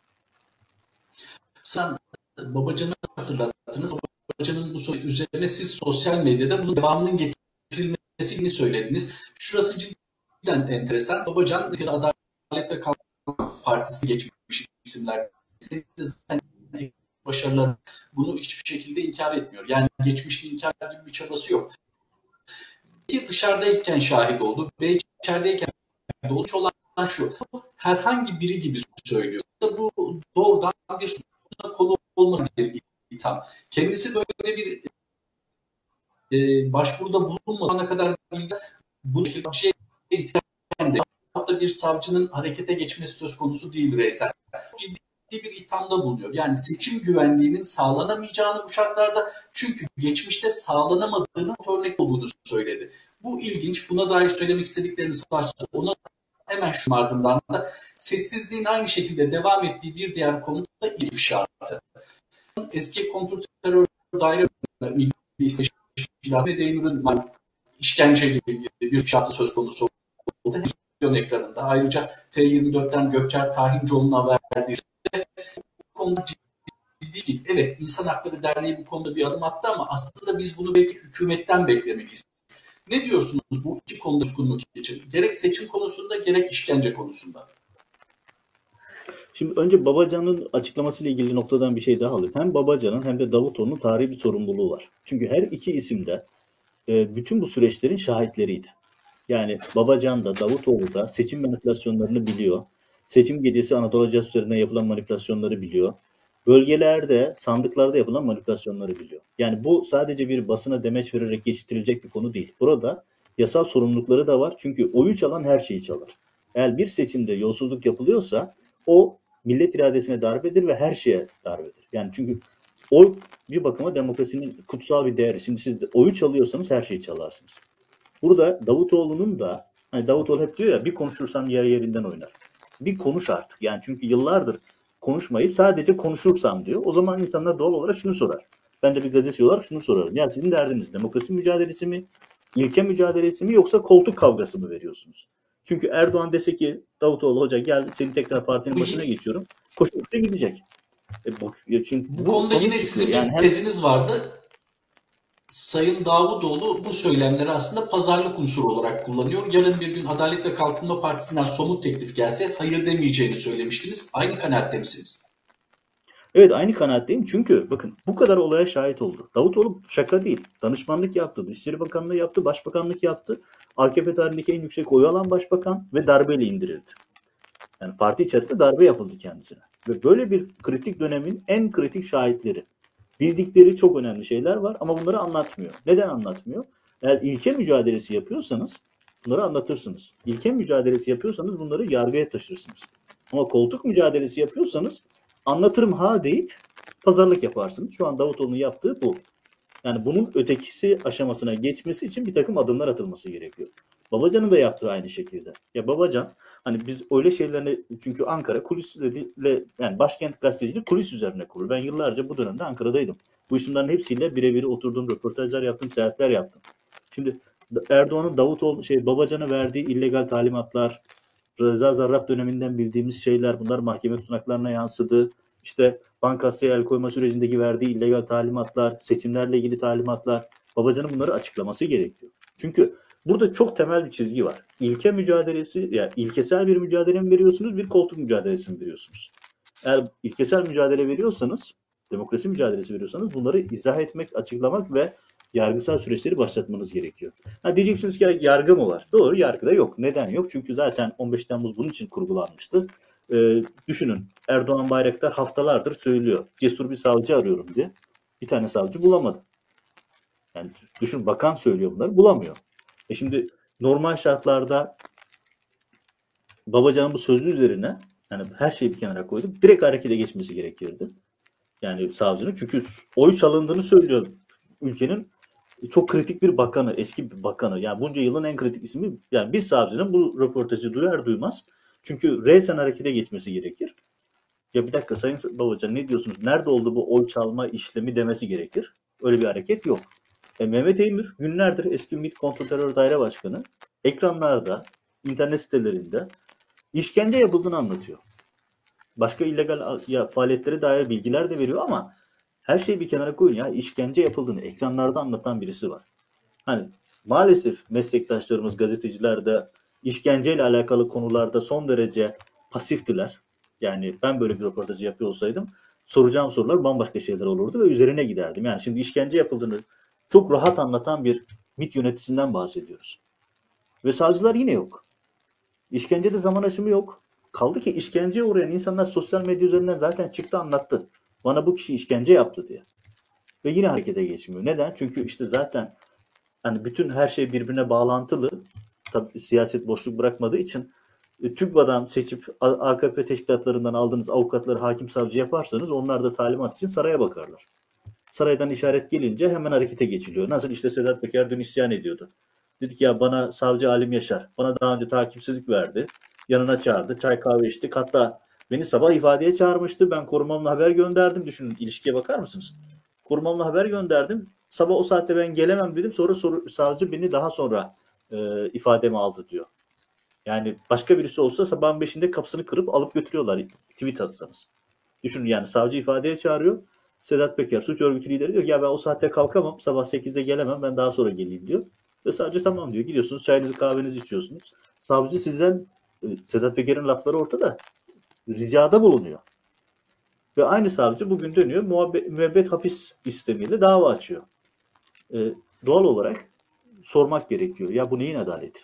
S1: Sen Babacan'ı hatırlattınız. Babacan'ın bu soru üzerine siz sosyal medyada bunun devamının getirilmesini söylediniz. Şurası cidden enteresan. Babacan Adalet ve Kalkınma Partisi'ne geçmiş isimler. Zaten başarılar bunu hiçbir şekilde inkar etmiyor. Yani geçmişte inkar gibi bir çabası yok. Ki dışarıdayken şahit oldu ve içerideyken olmuş olan şu. Herhangi biri gibi söylüyor. Bu doğrudan bir konu olması bir itham. Kendisi böyle bir başvuruda bulunmadığına kadar bu şey hatta bir savcının harekete geçmesi söz konusu değil Veysel. Ciddi bir ithamda bulunuyor. Yani seçim güvenliğinin sağlanamayacağını bu şartlarda çünkü geçmişte sağlanamadığını örnek olduğunu söyledi. Bu ilginç. Buna dair söylemek istedikleriniz varsa ona hemen şu ardından da sessizliğin aynı şekilde devam ettiği bir diğer konu da ifşaatı. Eski kontrterör daire Milli İstihbarat ve Deynur'un işkenceyle ilgili bir ifşaatı söz konusu oldu. Televizyon ekranında. Ayrıca T24'ten Gökçer Tahincioğlu'na verdiği bu konuda ciddi değil. Evet, İnsan Hakları Derneği bu konuda bir adım attı ama aslında biz bunu belki hükümetten beklemeliyiz. Ne diyorsunuz bu iki konuda suskunluk için? Gerek seçim konusunda gerek işkence konusunda.
S2: Şimdi önce Babacan'ın açıklamasıyla ilgili noktadan bir şey daha alayım. Hem Babacan'ın hem de Davutoğlu'nun tarihi bir sorumluluğu var. Çünkü her iki isim de bütün bu süreçlerin şahitleriydi. Yani Babacan da Davutoğlu da seçim manipülasyonlarını biliyor. Seçim gecesi Anadolu Ajansı üzerinden yapılan manipülasyonları biliyor. Bölgelerde, sandıklarda yapılan manipülasyonları biliyor. Yani bu sadece bir basına demeç vererek geçiştirilecek bir konu değil. Burada yasal sorumlulukları da var. Çünkü oyu çalan her şeyi çalar. Eğer bir seçimde yolsuzluk yapılıyorsa o millet iradesine darbedir ve her şeye darbedir. Yani çünkü oy bir bakıma demokrasinin kutsal bir değeri. Şimdi siz de oyu çalıyorsanız her şeyi çalarsınız. Burada Davutoğlu'nun da hani Davutoğlu hep diyor ya bir konuşursan yer yerinden oynar. Bir konuş artık. Yani çünkü yıllardır konuşmayıp sadece konuşursam diyor. O zaman insanlar doğal olarak şunu sorar. Ben de bir gazeteci olarak şunu sorarım. Ya sizin derdiniz demokrasi mücadelesi mi, ilke mücadelesi mi yoksa koltuk kavgası mı veriyorsunuz? Çünkü Erdoğan dese ki Davutoğlu hoca gel seni tekrar partinin başına geçiyorum. Koşup da gidecek.
S1: Bu konuda yine sizin
S2: yani
S1: bir teziniz vardı. Sayın Davutoğlu bu söylemleri aslında pazarlık unsuru olarak kullanıyor. Yarın bir gün Adalet ve Kalkınma Partisi'nden somut teklif gelse hayır demeyeceğini söylemiştiniz. Aynı kanaatte misiniz?
S2: Evet aynı kanaatteyim çünkü bakın bu kadar olaya şahit oldu. Davutoğlu şaka değil. Danışmanlık yaptı, Dışişleri Bakanlığı yaptı, Başbakanlık yaptı. AKP tarihindeki en yüksek oy alan başbakan ve darbeyle indirildi. Yani parti içerisinde darbe yapıldı kendisine. Ve böyle bir kritik dönemin en kritik şahitleri. Bildikleri çok önemli şeyler var ama bunları anlatmıyor. Neden anlatmıyor? Eğer ilke mücadelesi yapıyorsanız bunları anlatırsınız. İlke mücadelesi yapıyorsanız bunları yargıya taşırsınız. Ama koltuk mücadelesi yapıyorsanız anlatırım ha deyip pazarlık yaparsınız. Şu an Davutoğlu'nun yaptığı bu. Yani bunun ötekisi aşamasına geçmesi için bir takım adımlar atılması gerekiyor. Babacan'ın da yaptığı aynı şekilde. Ya Babacan hani biz öyle şeylerine çünkü Ankara kulisle yani başkent gazeteciliği kulis üzerine kurulu. Ben yıllarca bu dönemde Ankara'daydım. Bu isimlerin hepsiyle birebir oturdum, röportajlar yaptım, seyahatler yaptım. Şimdi Erdoğan'ın Davutoğlu Babacan'a verdiği illegal talimatlar, Reza Zarrab döneminden bildiğimiz şeyler bunlar mahkeme tutanaklarına yansıdı. İşte bankasya el koyma sürecindeki verdiği illegal talimatlar, seçimlerle ilgili talimatlar, Babacan'ın bunları açıklaması gerekiyor. Çünkü burada çok temel bir çizgi var. İlke mücadelesi, yani ilkesel bir mücadele mi veriyorsunuz, bir koltuk mücadelesi mi veriyorsunuz? Eğer ilkesel mücadele veriyorsanız, demokrasi mücadelesi veriyorsanız bunları izah etmek, açıklamak ve yargısal süreçleri başlatmanız gerekiyor. Ha diyeceksiniz ki yargı mı var? Doğru, yargıda yok. Neden yok? Çünkü zaten 15 Temmuz bunun için kurgulanmıştı. Düşünün Erdoğan Bayraktar haftalardır söylüyor. Cesur bir savcı arıyorum diye. Bir tane savcı bulamadı. Yani düşün bakan söylüyor bunları bulamıyor. Şimdi normal şartlarda Babacan'ın bu sözü üzerine Yani her şeyi bir kenara koyduk. Direkt harekete geçmesi gerekirdi. Yani savcının. Çünkü oy çalındığını söylüyor ülkenin çok kritik bir bakanı, eski bir bakanı. Yani bunca yılın en kritik ismi. Yani bir savcının bu röportajı duyar duymaz. Çünkü resen harekete geçmesi gerekir. Ya bir dakika Sayın Babacan ne diyorsunuz? Nerede oldu bu oy çalma işlemi demesi gerekir. Öyle bir hareket yok. Mehmet Eymür günlerdir eski MİT Kontrterör Daire Başkanı ekranlarda, internet sitelerinde işkence yapıldığını anlatıyor. Başka illegal faaliyetlere dair bilgiler de veriyor ama her şeyi bir kenara koyun ya işkence yapıldığını ekranlarda anlatan birisi var. Hani maalesef meslektaşlarımız gazeteciler de işkenceyle alakalı konularda son derece pasiftiler. Yani ben böyle bir röportajı yapıyor olsaydım soracağım sorular bambaşka şeyler olurdu ve üzerine giderdim. Yani şimdi işkence yapıldığını çok rahat anlatan bir MİT yöneticisinden bahsediyoruz. Ve savcılar yine yok. İşkencede zaman aşımı yok. Kaldı ki işkenceye uğrayan insanlar sosyal medya üzerinden zaten çıktı anlattı. Bana bu kişi işkence yaptı diye. Ve yine harekete geçmiyor. Neden? Çünkü işte zaten hani bütün her şey birbirine bağlantılı. Tabii siyaset boşluk bırakmadığı için TÜGVA'dan seçip AKP teşkilatlarından aldığınız avukatları hakim savcı yaparsanız onlar da talimat için saraya bakarlar. Saraydan işaret gelince hemen harekete geçiliyor. Nasıl işte Sedat Peker dün isyan ediyordu. Dedik ya bana savcı Alim Yaşar bana daha önce takipsizlik verdi. Yanına çağırdı. Çay kahve içtik. Hatta beni sabah ifadeye çağırmıştı. Ben korumamla haber gönderdim. Düşünün ilişkiye bakar mısınız? Korumamla haber gönderdim. Sabah o saatte ben gelemem dedim. Sonra savcı beni daha sonra ifademe aldı diyor. Yani başka birisi olsa sabahın 5'inde kapısını kırıp alıp götürüyorlar. Tweet atsanız. Düşünün yani savcı ifadeye çağırıyor. Sedat Peker suç örgütü lideri diyor ki ya ben o saatte kalkamam. Sabah 8'de gelemem. Ben daha sonra geleyim diyor. Ve savcı tamam diyor. Gidiyorsunuz çayınızı kahvenizi içiyorsunuz. Savcı sizden Sedat Peker'in lafları ortada. Ricada bulunuyor. Ve aynı savcı bugün dönüyor müebbet hapis istemiyle dava açıyor. Doğal olarak sormak gerekiyor. Ya bu neyin adaleti?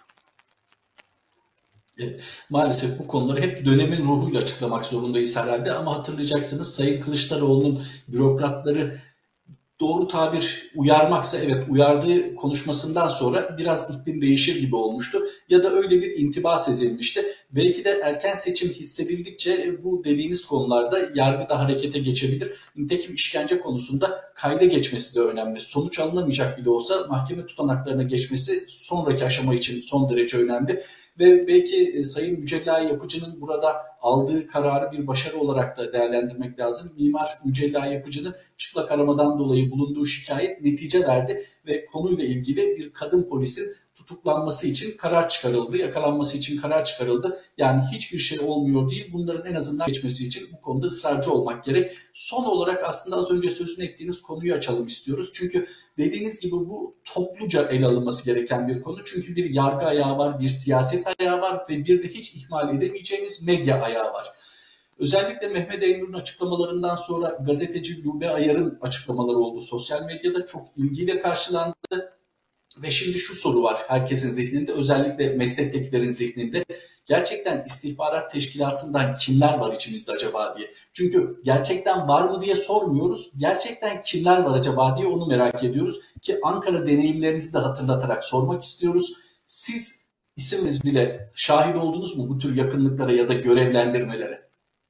S1: Maalesef bu konuları hep dönemin ruhuyla açıklamak zorundayız herhalde ama hatırlayacaksınız Sayın Kılıçdaroğlu'nun bürokratları doğru tabir uyarmaksa evet uyardığı konuşmasından sonra biraz iklim değişir gibi olmuştu. Ya da öyle bir intiba sezilmişti. Belki de erken seçim hissedildikçe bu dediğiniz konularda yargı da harekete geçebilir. Nitekim işkence konusunda kayda geçmesi de önemli. Sonuç alınamayacak bile olsa mahkeme tutanaklarına geçmesi sonraki aşama için son derece önemli. Ve belki Sayın Mücella Yapıcı'nın burada aldığı kararı bir başarı olarak da değerlendirmek lazım. Mimar Mücella Yapıcı'nın çıplak aramadan dolayı bulunduğu şikayet netice verdi ve konuyla ilgili bir kadın polisin tutuklanması için karar çıkarıldı, yakalanması için karar çıkarıldı. Yani hiçbir şey olmuyor değil, bunların en azından geçmesi için bu konuda ısrarcı olmak gerek. Son olarak aslında az önce sözünü ettiğiniz konuyu açalım istiyoruz. Çünkü dediğiniz gibi bu topluca ele alınması gereken bir konu. Çünkü bir yargı ayağı var, bir siyaset ayağı var ve bir de hiç ihmal edemeyeceğimiz medya ayağı var. Özellikle Mehmet Eymür'ün açıklamalarından sonra gazeteci Lube Ayar'ın açıklamaları oldu. Sosyal medyada çok ilgiyle karşılandı. Ve şimdi şu soru var herkesin zihninde, özellikle meslektekilerin zihninde. Gerçekten istihbarat teşkilatından kimler var içimizde acaba diye. Çünkü gerçekten var mı diye sormuyoruz. Gerçekten kimler var acaba diye onu merak ediyoruz. Ki Ankara deneyimlerinizi de hatırlatarak sormak istiyoruz. Siz isiminiz bile şahit oldunuz mu bu tür yakınlıklara ya da görevlendirmelere?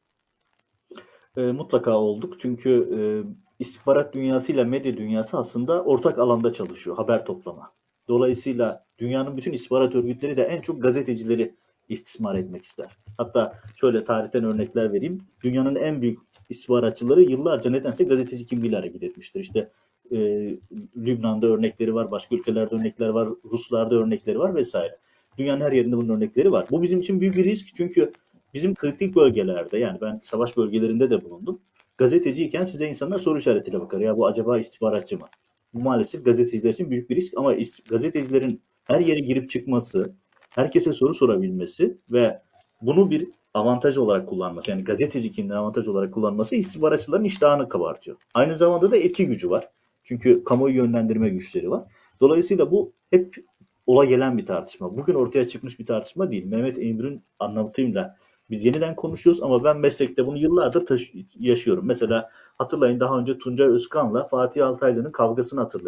S2: Mutlaka olduk. Çünkü istihbarat dünyasıyla medya dünyası aslında ortak alanda çalışıyor. Haber toplama. Dolayısıyla dünyanın bütün istihbarat örgütleri de en çok gazetecileri istismar etmek ister. Hatta şöyle tarihten örnekler vereyim. Dünyanın en büyük istihbaratçıları yıllarca nedense gazeteci kimliğiyle hareket etmiştir. İşte e, Lübnan'da örnekleri var, başka ülkelerde örnekler var, Ruslarda örnekleri var vesaire. Dünyanın her yerinde bunun örnekleri var. Bu bizim için büyük bir risk çünkü bizim kritik bölgelerde yani ben savaş bölgelerinde de bulundum. Gazeteciyken size insanlar soru işaretiyle bakar. Ya bu acaba istihbaratçı mı? Bu maalesef gazeteciler için büyük bir risk ama gazetecilerin her yere girip çıkması, herkese soru sorabilmesi ve bunu bir avantaj olarak kullanması yani gazeteci kimliğini avantaj olarak kullanması istihbaratçıların iştahını kabartıyor. Aynı zamanda da etki gücü var. Çünkü kamuoyu yönlendirme güçleri var. Dolayısıyla bu hep ola gelen bir tartışma. Bugün ortaya çıkmış bir tartışma değil. Mehmet Eymür'ün anlatımıyla biz yeniden konuşuyoruz ama ben meslekte bunu yıllardır yaşıyorum. Mesela hatırlayın daha önce Tuncay Özkan'la Fatih Altaylı'nın kavgasını hatırlayın.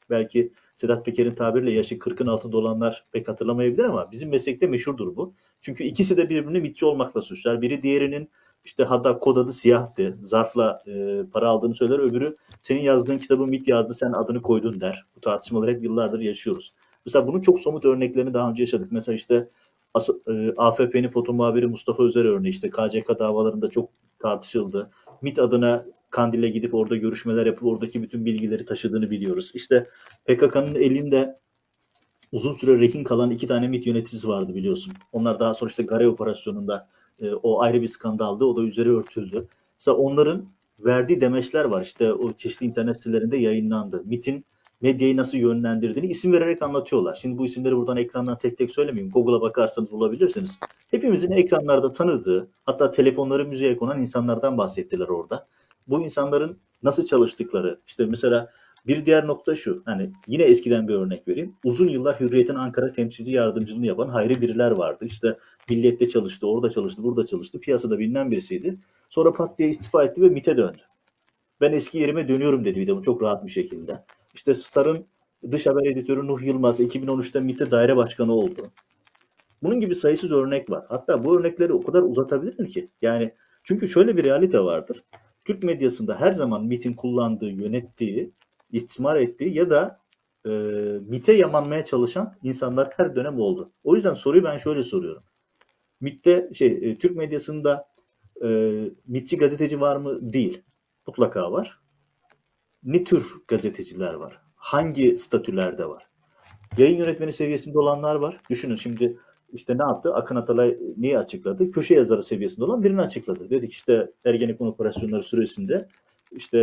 S2: Belki Sedat Peker'in tabiriyle yaşı 40'ın altında olanlar pek hatırlamayabilir ama bizim meslekte meşhurdur bu. Çünkü ikisi de birbirini mitçi olmakla suçlar. Biri diğerinin işte hatta kod adı siyahtı. Zarfla para aldığını söyler. Öbürü senin yazdığın kitabı MIT yazdı sen adını koydun der. Bu tartışmaları hep yıllardır yaşıyoruz. Mesela bunun çok somut örneklerini daha önce yaşadık. Mesela işte AFP'nin foto muhabiri Mustafa Özer örneği işte KCK davalarında çok tartışıldı. MIT adına Kandil'e gidip orada görüşmeler yapıp oradaki bütün bilgileri taşıdığını biliyoruz. İşte PKK'nın elinde uzun süre rehin kalan 2 tane MİT yöneticisi vardı biliyorsun. Onlar daha sonra işte Gare operasyonunda o ayrı bir skandaldı. O da üzeri örtüldü. Mesela onların verdiği demeçler var. İşte o çeşitli internet sitelerinde yayınlandı. MİT'in medyayı nasıl yönlendirdiğini isim vererek anlatıyorlar. Şimdi bu isimleri buradan ekrandan tek tek söylemeyeyim. Google'a bakarsanız bulabilirsiniz. Hepimizin ekranlarda tanıdığı, hatta telefonları müziğe konan insanlardan bahsettiler orada. Bu insanların nasıl çalıştıkları, işte mesela bir diğer nokta şu, hani yine eskiden bir örnek vereyim. Uzun yıllar Hürriyet'in Ankara temsilci yardımcılığını yapan Hayri biriler vardı. İşte Milliyet'te çalıştı, orada çalıştı, burada çalıştı. Piyasada bilinen birisiydi. Sonra pat diye istifa etti ve MİT'e döndü. Ben eski yerime dönüyorum dedi bir de bu çok rahat bir şekilde. İşte Star'ın dış haber editörü Nuh Yılmaz 2013'te MİT'e daire başkanı oldu. Bunun gibi sayısız örnek var. Hatta bu örnekleri o kadar uzatabilirim ki. Yani çünkü şöyle bir realite vardır. Türk medyasında her zaman MİT'in kullandığı, yönettiği, istismar ettiği ya da MİT'e yamanmaya çalışan insanlar her dönem oldu. O yüzden soruyu ben şöyle soruyorum. MİT'te Türk medyasında MİT'çi gazeteci var mı? Değil. Mutlaka var. Ne tür gazeteciler var? Hangi statülerde var? Yayın yönetmeni seviyesinde olanlar var. Düşünün şimdi işte ne yaptı? Akın Atalay neyi açıkladı? Köşe yazarı seviyesinde olan birini açıkladı. Dedik işte Ergenekon operasyonları süresinde işte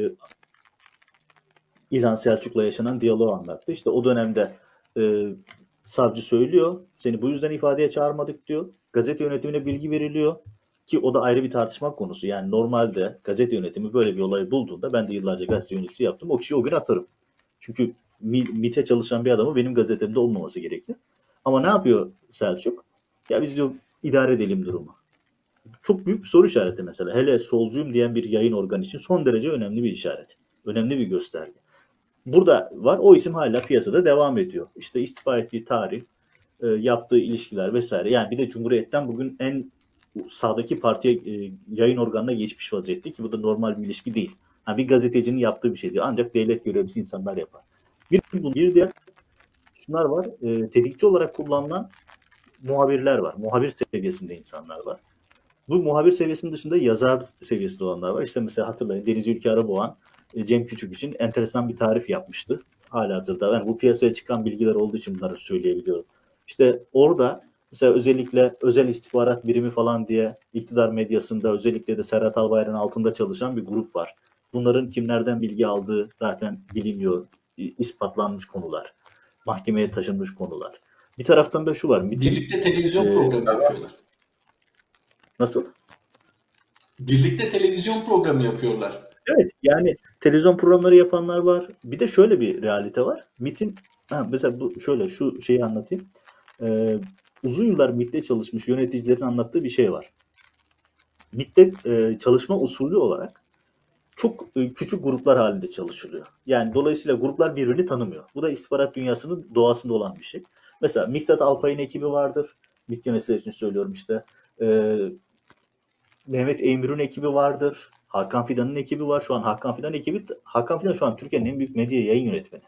S2: İlhan Selçuk'la yaşanan diyaloğu anlattı. İşte o dönemde e, savcı söylüyor. Seni bu yüzden ifadeye çağırmadık diyor. Gazete yönetimine bilgi veriliyor. Ki o da ayrı bir tartışma konusu. Yani normalde gazete yönetimi böyle bir olayı bulduğunda ben de yıllarca gazete yöneticisi yaptım. O kişiyi o gün atarım. Çünkü MİT'e çalışan bir adamı benim gazetemde olmaması gerekir. Ama ne yapıyor Selçuk? Ya biz diyor idare edelim durumu. Çok büyük bir soru işareti mesela. Hele solcuyum diyen bir yayın organı için son derece önemli bir işaret. Önemli bir gösterge. Burada var. O isim hala piyasada devam ediyor. İşte istifa ettiği tarih, yaptığı ilişkiler vesaire. Yani bir de Cumhuriyet'ten bugün en sağdaki partiye yayın organına geçmiş vaziyette ki bu da normal bir ilişki değil. Yani bir gazetecinin yaptığı bir şey değil. Ancak devlet görevlisi insanlar yapar. Bir diğer şunlar var. Tetikçi olarak kullanılan muhabirler var. Muhabir seviyesinde insanlar var. Bu muhabir seviyesinin dışında yazar seviyesinde olanlar var. İşte mesela hatırlayın Deniz Ülke Araboğan Cem Küçük için enteresan bir tarif yapmıştı. Halihazırda. Yani bu piyasaya çıkan bilgiler olduğu için bunları söyleyebiliyorum. İşte orada mesela özellikle özel istihbarat birimi falan diye iktidar medyasında özellikle de Serhat Albayrak'ın altında çalışan bir grup var. Bunların kimlerden bilgi aldığı zaten bilinmiyor. İspatlanmış konular. Mahkemeye taşınmış konular. Bir taraftan da şu var. MİT'in
S1: Birlikte televizyon programı yapıyorlar.
S2: nasıl?
S1: Birlikte televizyon programı yapıyorlar.
S2: Evet yani televizyon programları yapanlar var. Bir de şöyle bir realite var. MİT'in mesela bu şöyle şu şeyi anlatayım. Ee, Uzun yıllar MİT'te çalışmış yöneticilerin anlattığı bir şey var. MİT'te çalışma usulü olarak çok küçük gruplar halinde çalışılıyor. Yani dolayısıyla gruplar birbirini tanımıyor. Bu da istihbarat dünyasının doğasında olan bir şey. Mesela Miktat Alpay'ın ekibi vardır. MİT yöneticileri için söylüyorum işte. Ee, Mehmet Eymür'ün ekibi vardır. Hakan Fidan'ın ekibi var. Şu an Hakan Fidan şu an Türkiye'nin en büyük medya yayın yönetmeni.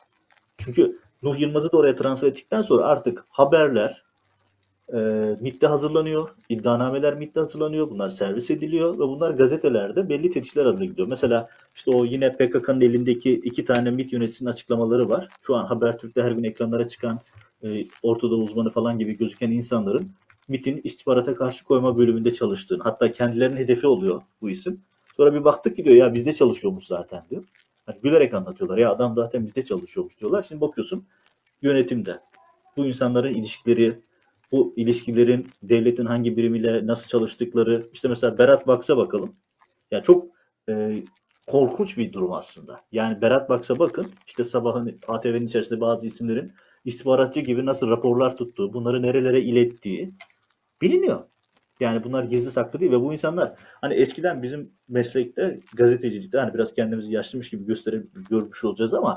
S2: Çünkü Nuh Yılmaz'ı da oraya transfer ettikten sonra artık haberler e, MİT'te hazırlanıyor. İddianameler MİT'te hazırlanıyor. Bunlar servis ediliyor ve bunlar gazetelerde belli tetikçiler adına gidiyor. Mesela işte o yine PKK'nın elindeki 2 tane MİT yöneticisinin açıklamaları var. Şu an Habertürk'te her gün ekranlara çıkan Orta Doğu uzmanı falan gibi gözüken insanların MİT'in istihbarata karşı koyma bölümünde çalıştığını, hatta kendilerinin hedefi oluyor bu isim. Sonra bir baktık ki diyor ya bizde çalışıyormuş zaten diyor. Hani gülerek anlatıyorlar ya adam zaten bizde çalışıyormuş diyorlar. Şimdi bakıyorsun yönetimde. Bu insanların ilişkileri, bu ilişkilerin devletin hangi birimiyle nasıl çalıştıkları, işte mesela Berat Baks'a bakalım. Ya çok e, korkunç bir durum aslında. Yani Berat Baks'a bakın, işte sabahın ATV'nin içerisinde bazı isimlerin istihbaratçı gibi nasıl raporlar tuttuğu, bunları nerelere ilettiği biliniyor. Yani bunlar gizli saklı değil ve bu insanlar hani eskiden bizim meslekte gazetecilikte hani biraz kendimizi yaşlımış gibi gösterip görmüş olacağız ama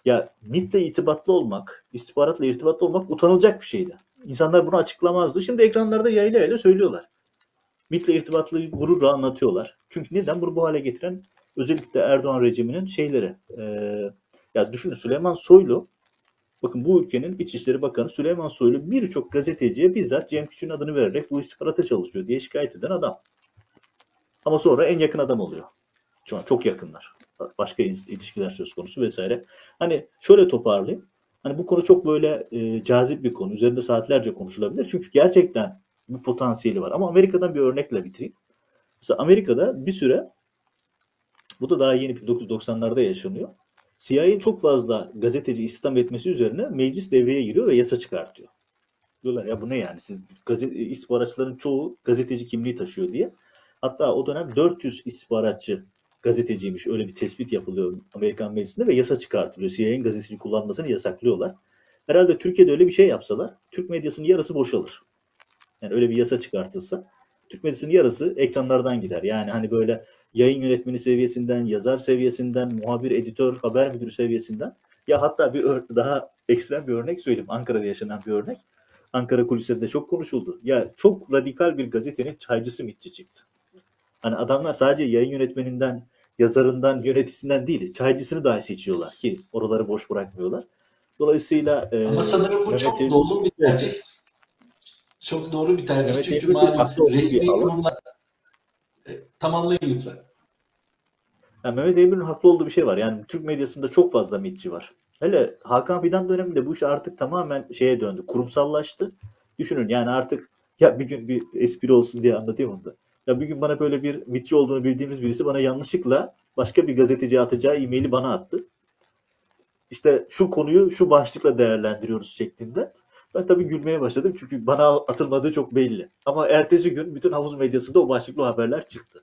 S2: Ya MİT'le irtibatlı olmak, istihbaratla irtibatlı olmak utanılacak bir şeydi. İnsanlar bunu açıklamazdı. Şimdi ekranlarda yayla yayla söylüyorlar. MİT'le irtibatlı gururla anlatıyorlar. Çünkü neden bunu bu hale getiren özellikle Erdoğan rejiminin şeyleri. Ya düşünün Süleyman Soylu, bakın bu ülkenin İçişleri Bakanı Süleyman Soylu birçok gazeteciye bizzat Cem Küçük'ün adını vererek bu istihbarata çalışıyor diye şikayet eden adam. Ama sonra en yakın adam oluyor. Şu an çok yakınlar. Başka ilişkiler söz konusu vesaire. Hani şöyle toparlayayım. Hani bu konu çok böyle cazip bir konu. Üzerinde saatlerce konuşulabilir. Çünkü gerçekten bir potansiyeli var. Ama Amerika'dan bir örnekle bitireyim. Mesela Amerika'da bir süre, bu da daha yeni 1990'larda yaşanıyor. CIA'nin çok fazla gazeteci istihdam etmesi üzerine meclis devreye giriyor ve yasa çıkartıyor. Diyorlar ya bu ne yani? Siz istihbaratçıların çoğu gazeteci kimliği taşıyor diye. Hatta o dönem 400 istihbaratçı gazeteciymiş. Öyle bir tespit yapılıyor Amerikan Meclisi'nde ve yasa çıkartılıyor. CIA'nin gazeteci kullanmasını yasaklıyorlar. Herhalde Türkiye'de öyle bir şey yapsalar Türk medyasının yarısı boşalır. Yani öyle bir yasa çıkartılsa Türk medyasının yarısı ekranlardan gider. Yani hani böyle yayın yönetmeni seviyesinden, yazar seviyesinden, muhabir, editör, haber müdürü seviyesinden, ya hatta bir daha ekstrem bir örnek söyleyeyim. Ankara'da yaşanan bir örnek. Ankara kulislerinde çok konuşuldu. Ya çok radikal bir gazetenin çaycısı MİT'çi çıktı. Hani adamlar sadece yayın yönetmeninden, yazarından, yöneticisinden değil, çaycısını dahi seçiyorlar ki oraları boş bırakmıyorlar. Dolayısıyla
S1: Ama sanırım bu
S2: Mehmet
S1: çok
S2: Emin,
S1: doğru bir tercih. Çok doğru bir tercih.
S2: Mehmet
S1: Çünkü
S2: Emin'in çok
S1: malum
S2: haklı olduğu bir
S1: resmi
S2: alan.
S1: kurumlar tamamlayın lütfen.
S2: Yani Mehmet Emin'in haklı olduğu bir şey var. Yani Türk medyasında çok fazla mitçi var. Hele Hakan Fidan döneminde bu iş artık tamamen şeye döndü. Kurumsallaştı. Düşünün yani artık, ya bir gün bir espri olsun diye anlatayım onu da. Ya bir gün bana böyle bir mitçi olduğunu bildiğimiz birisi bana yanlışlıkla başka bir gazeteciye atacağı e-maili bana attı. İşte şu konuyu şu başlıkla değerlendiriyoruz şeklinde. Ben tabii gülmeye başladım çünkü bana atılmadığı çok belli. Ama ertesi gün bütün havuz medyasında o başlıklı haberler çıktı.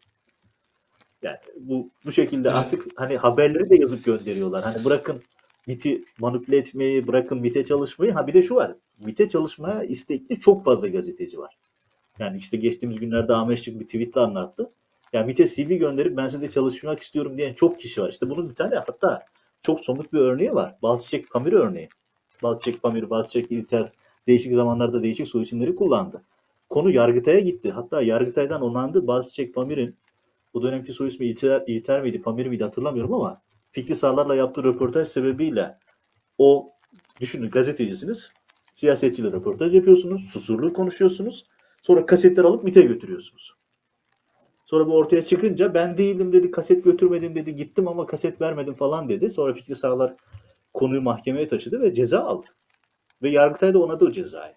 S2: Yani bu şekilde
S1: Evet.
S2: artık hani haberleri de yazıp gönderiyorlar. Hani bırakın MİT'i manipüle etmeyi, bırakın MİT'e çalışmayı. Ha bir de şu var. MİT'e çalışmaya istekli çok fazla gazeteci var. Yani işte geçtiğimiz günlerde Ahmet Şık bir tweetle anlattı. Ya MİT'e CV gönderip ben size çalışmak istiyorum diyen çok kişi var. İşte bunun bir tane hatta çok somut bir örneği var. Balçıçek Pamir örneği. Balçıçek Pamir, Balçıçek İlter değişik zamanlarda değişik soy isimleri kullandı. Konu Yargıtay'a gitti. Hatta Yargıtay'dan onandı. Balçıçek Pamir'in, bu dönemki soy ismi İlter miydi, Pamir miydi hatırlamıyorum ama Fikri Sağlar'la yaptığı röportaj sebebiyle o, düşünün gazetecisiniz, siyasetçiyle röportaj yapıyorsunuz, susurlu konuşuyorsunuz, sonra kasetler alıp MİT'e götürüyorsunuz. Sonra bu ortaya çıkınca ben değildim dedi, kaset götürmedim dedi, gittim ama kaset vermedim falan dedi. Sonra Fikri Sağlar konuyu mahkemeye taşıdı ve ceza aldı. Ve Yargıtay da onadı o cezayı.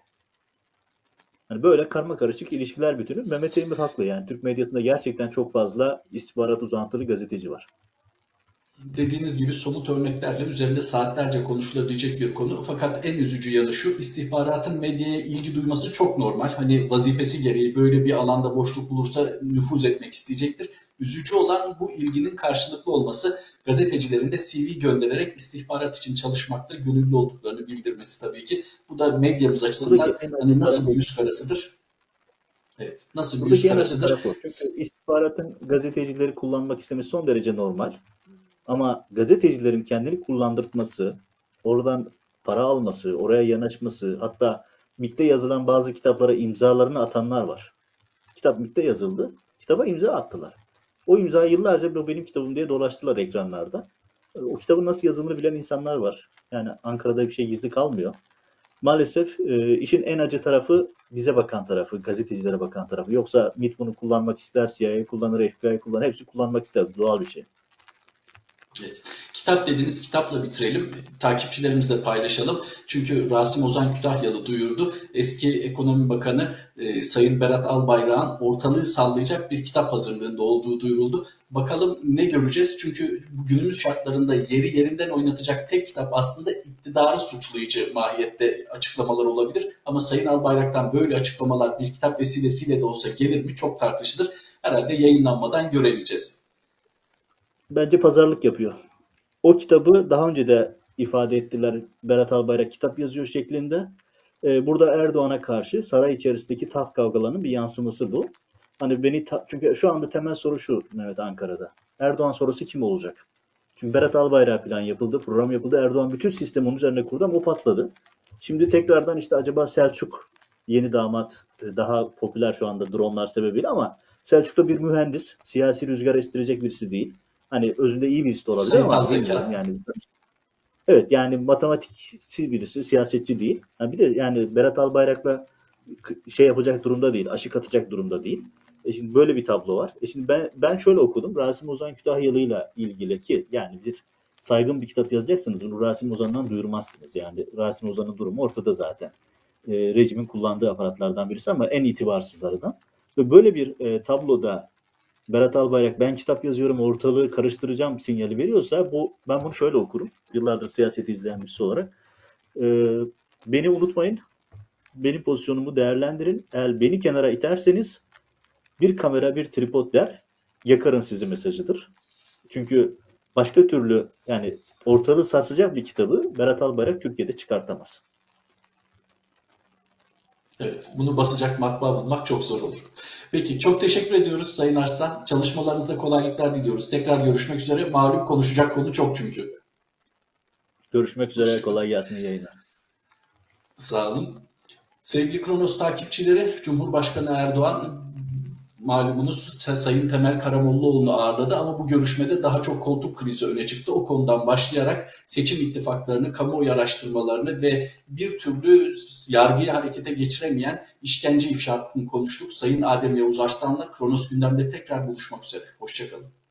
S2: Yani böyle karma karışık ilişkiler bütünü. Mehmet Emin haklı yani. Türk medyasında gerçekten çok fazla istihbarat uzantılı gazeteci var.
S1: Dediğiniz gibi somut örneklerle üzerinde saatlerce konuşulabilecek bir konu. Fakat en üzücü yanı şu, istihbaratın medyaya ilgi duyması çok normal. Hani vazifesi gereği böyle bir alanda boşluk bulursa nüfuz etmek isteyecektir. Üzücü olan bu ilginin karşılıklı olması, gazetecilerin de CV göndererek istihbarat için çalışmakta gönüllü olduklarını bildirmesi tabii ki. Bu da medyamız
S2: Buradaki
S1: açısından
S2: en acı
S1: hani nasıl bir
S2: tarafı,
S1: yüz karasıdır? Evet, nasıl bir yüz
S2: buradaki en acı
S1: karasıdır?
S2: tarafı o. Çünkü istihbaratın gazetecileri kullanmak istemesi son derece normal. Ama gazetecilerin kendini kullandırtması, oradan para alması, oraya yanaşması, hatta MİT'te yazılan bazı kitaplara imzalarını atanlar var. Kitap MİT'te yazıldı, kitaba imza attılar. O imzayı yıllarca bu benim kitabım diye dolaştılar ekranlarda. O kitabın nasıl yazıldığını bilen insanlar var. Yani Ankara'da bir şey gizli kalmıyor. Maalesef işin en acı tarafı bize bakan tarafı, gazetecilere bakan tarafı. Yoksa MİT bunu kullanmak ister, CIA kullanır, FBI kullanır, hepsi kullanmak ister. Doğal bir şey.
S1: Evet. Kitap dediniz, kitapla bitirelim. Takipçilerimizle paylaşalım. Çünkü Rasim Ozan Kütahyalı duyurdu. Eski Ekonomi Bakanı Sayın Berat Albayrak'ın ortalığı sallayacak bir kitap hazırlığında olduğu duyuruldu. Bakalım ne göreceğiz? Çünkü günümüz şartlarında yeri yerinden oynatacak tek kitap aslında iktidarı suçlayıcı mahiyette açıklamalar olabilir. Ama Sayın Albayrak'tan böyle açıklamalar bir kitap vesilesiyle de olsa gelir mi çok tartışılır. Herhalde yayınlanmadan görebileceğiz.
S2: Bence pazarlık yapıyor. O kitabı daha önce de ifade ettiler. Berat Albayrak kitap yazıyor şeklinde. Burada Erdoğan'a karşı saray içerisindeki taht kavgalarının bir yansıması bu. Hani çünkü şu anda temel soru şu Mehmet Ankara'da. Erdoğan sonrası kim olacak? Çünkü Berat Albayrak plan yapıldı, program yapıldı. Erdoğan bütün sistemi onun üzerine kurdu ama o patladı. Şimdi tekrardan işte acaba Selçuk yeni damat daha popüler şu anda dronlar sebebiyle ama Selçuk da bir mühendis. Siyasi rüzgar estirecek birisi değil. Hani özünde iyi birisi de olabilir
S1: Sayısal
S2: ama bilmiyorum
S1: zeka.
S2: yani. Evet yani matematikçi birisi, siyasetçi değil. Ha bir de yani Berat Albayrak'la şey yapacak durumda değil, aşık atacak durumda değil. Şimdi böyle bir tablo var. Şimdi ben şöyle okudum. Rasim Ozan Kütahyalı'yla ilgili ki yani bir saygın bir kitap yazacaksınız. Bunu Rasim Ozan'dan duyurmazsınız. Yani Rasim Ozan'ın durumu ortada zaten. Rejimin kullandığı aparatlardan birisi ama en itibarsızlarından. Ve böyle bir tabloda Berat Albayrak ben kitap yazıyorum ortalığı karıştıracağım sinyali veriyorsa ben bunu şöyle okurum. Yıllardır siyaseti izleyen birisi olarak. Ee, Beni unutmayın. Benim pozisyonumu değerlendirin. Eğer beni kenara iterseniz bir kamera bir tripod der. Yakarım sizi mesajıdır. Çünkü başka türlü yani ortalığı sarsacak bir kitabı Berat Albayrak Türkiye'de çıkartamaz.
S1: Evet, bunu basacak matbaa bulmak çok zor olur. Peki, çok teşekkür ediyoruz Sayın Arslan. Çalışmalarınızda kolaylıklar diliyoruz. Tekrar görüşmek üzere. Malum konuşacak konu çok çünkü.
S2: Görüşmek üzere.
S1: Hoşçakalın.
S2: Kolay gelsin yayınlar.
S1: Sağ olun. Sevgili Kronos takipçileri, Cumhurbaşkanı Erdoğan malumunuz Sayın Temel Karamollaoğlu'nu ağırladı ama bu görüşmede daha çok koltuk krizi öne çıktı. O konudan başlayarak seçim ittifaklarını, kamuoyu araştırmalarını ve bir türlü yargıyı harekete geçiremeyen işkence ifşaatını konuştuk. Sayın Adem Yavuz Arslan'la Kronos gündemde tekrar buluşmak üzere. Hoşçakalın.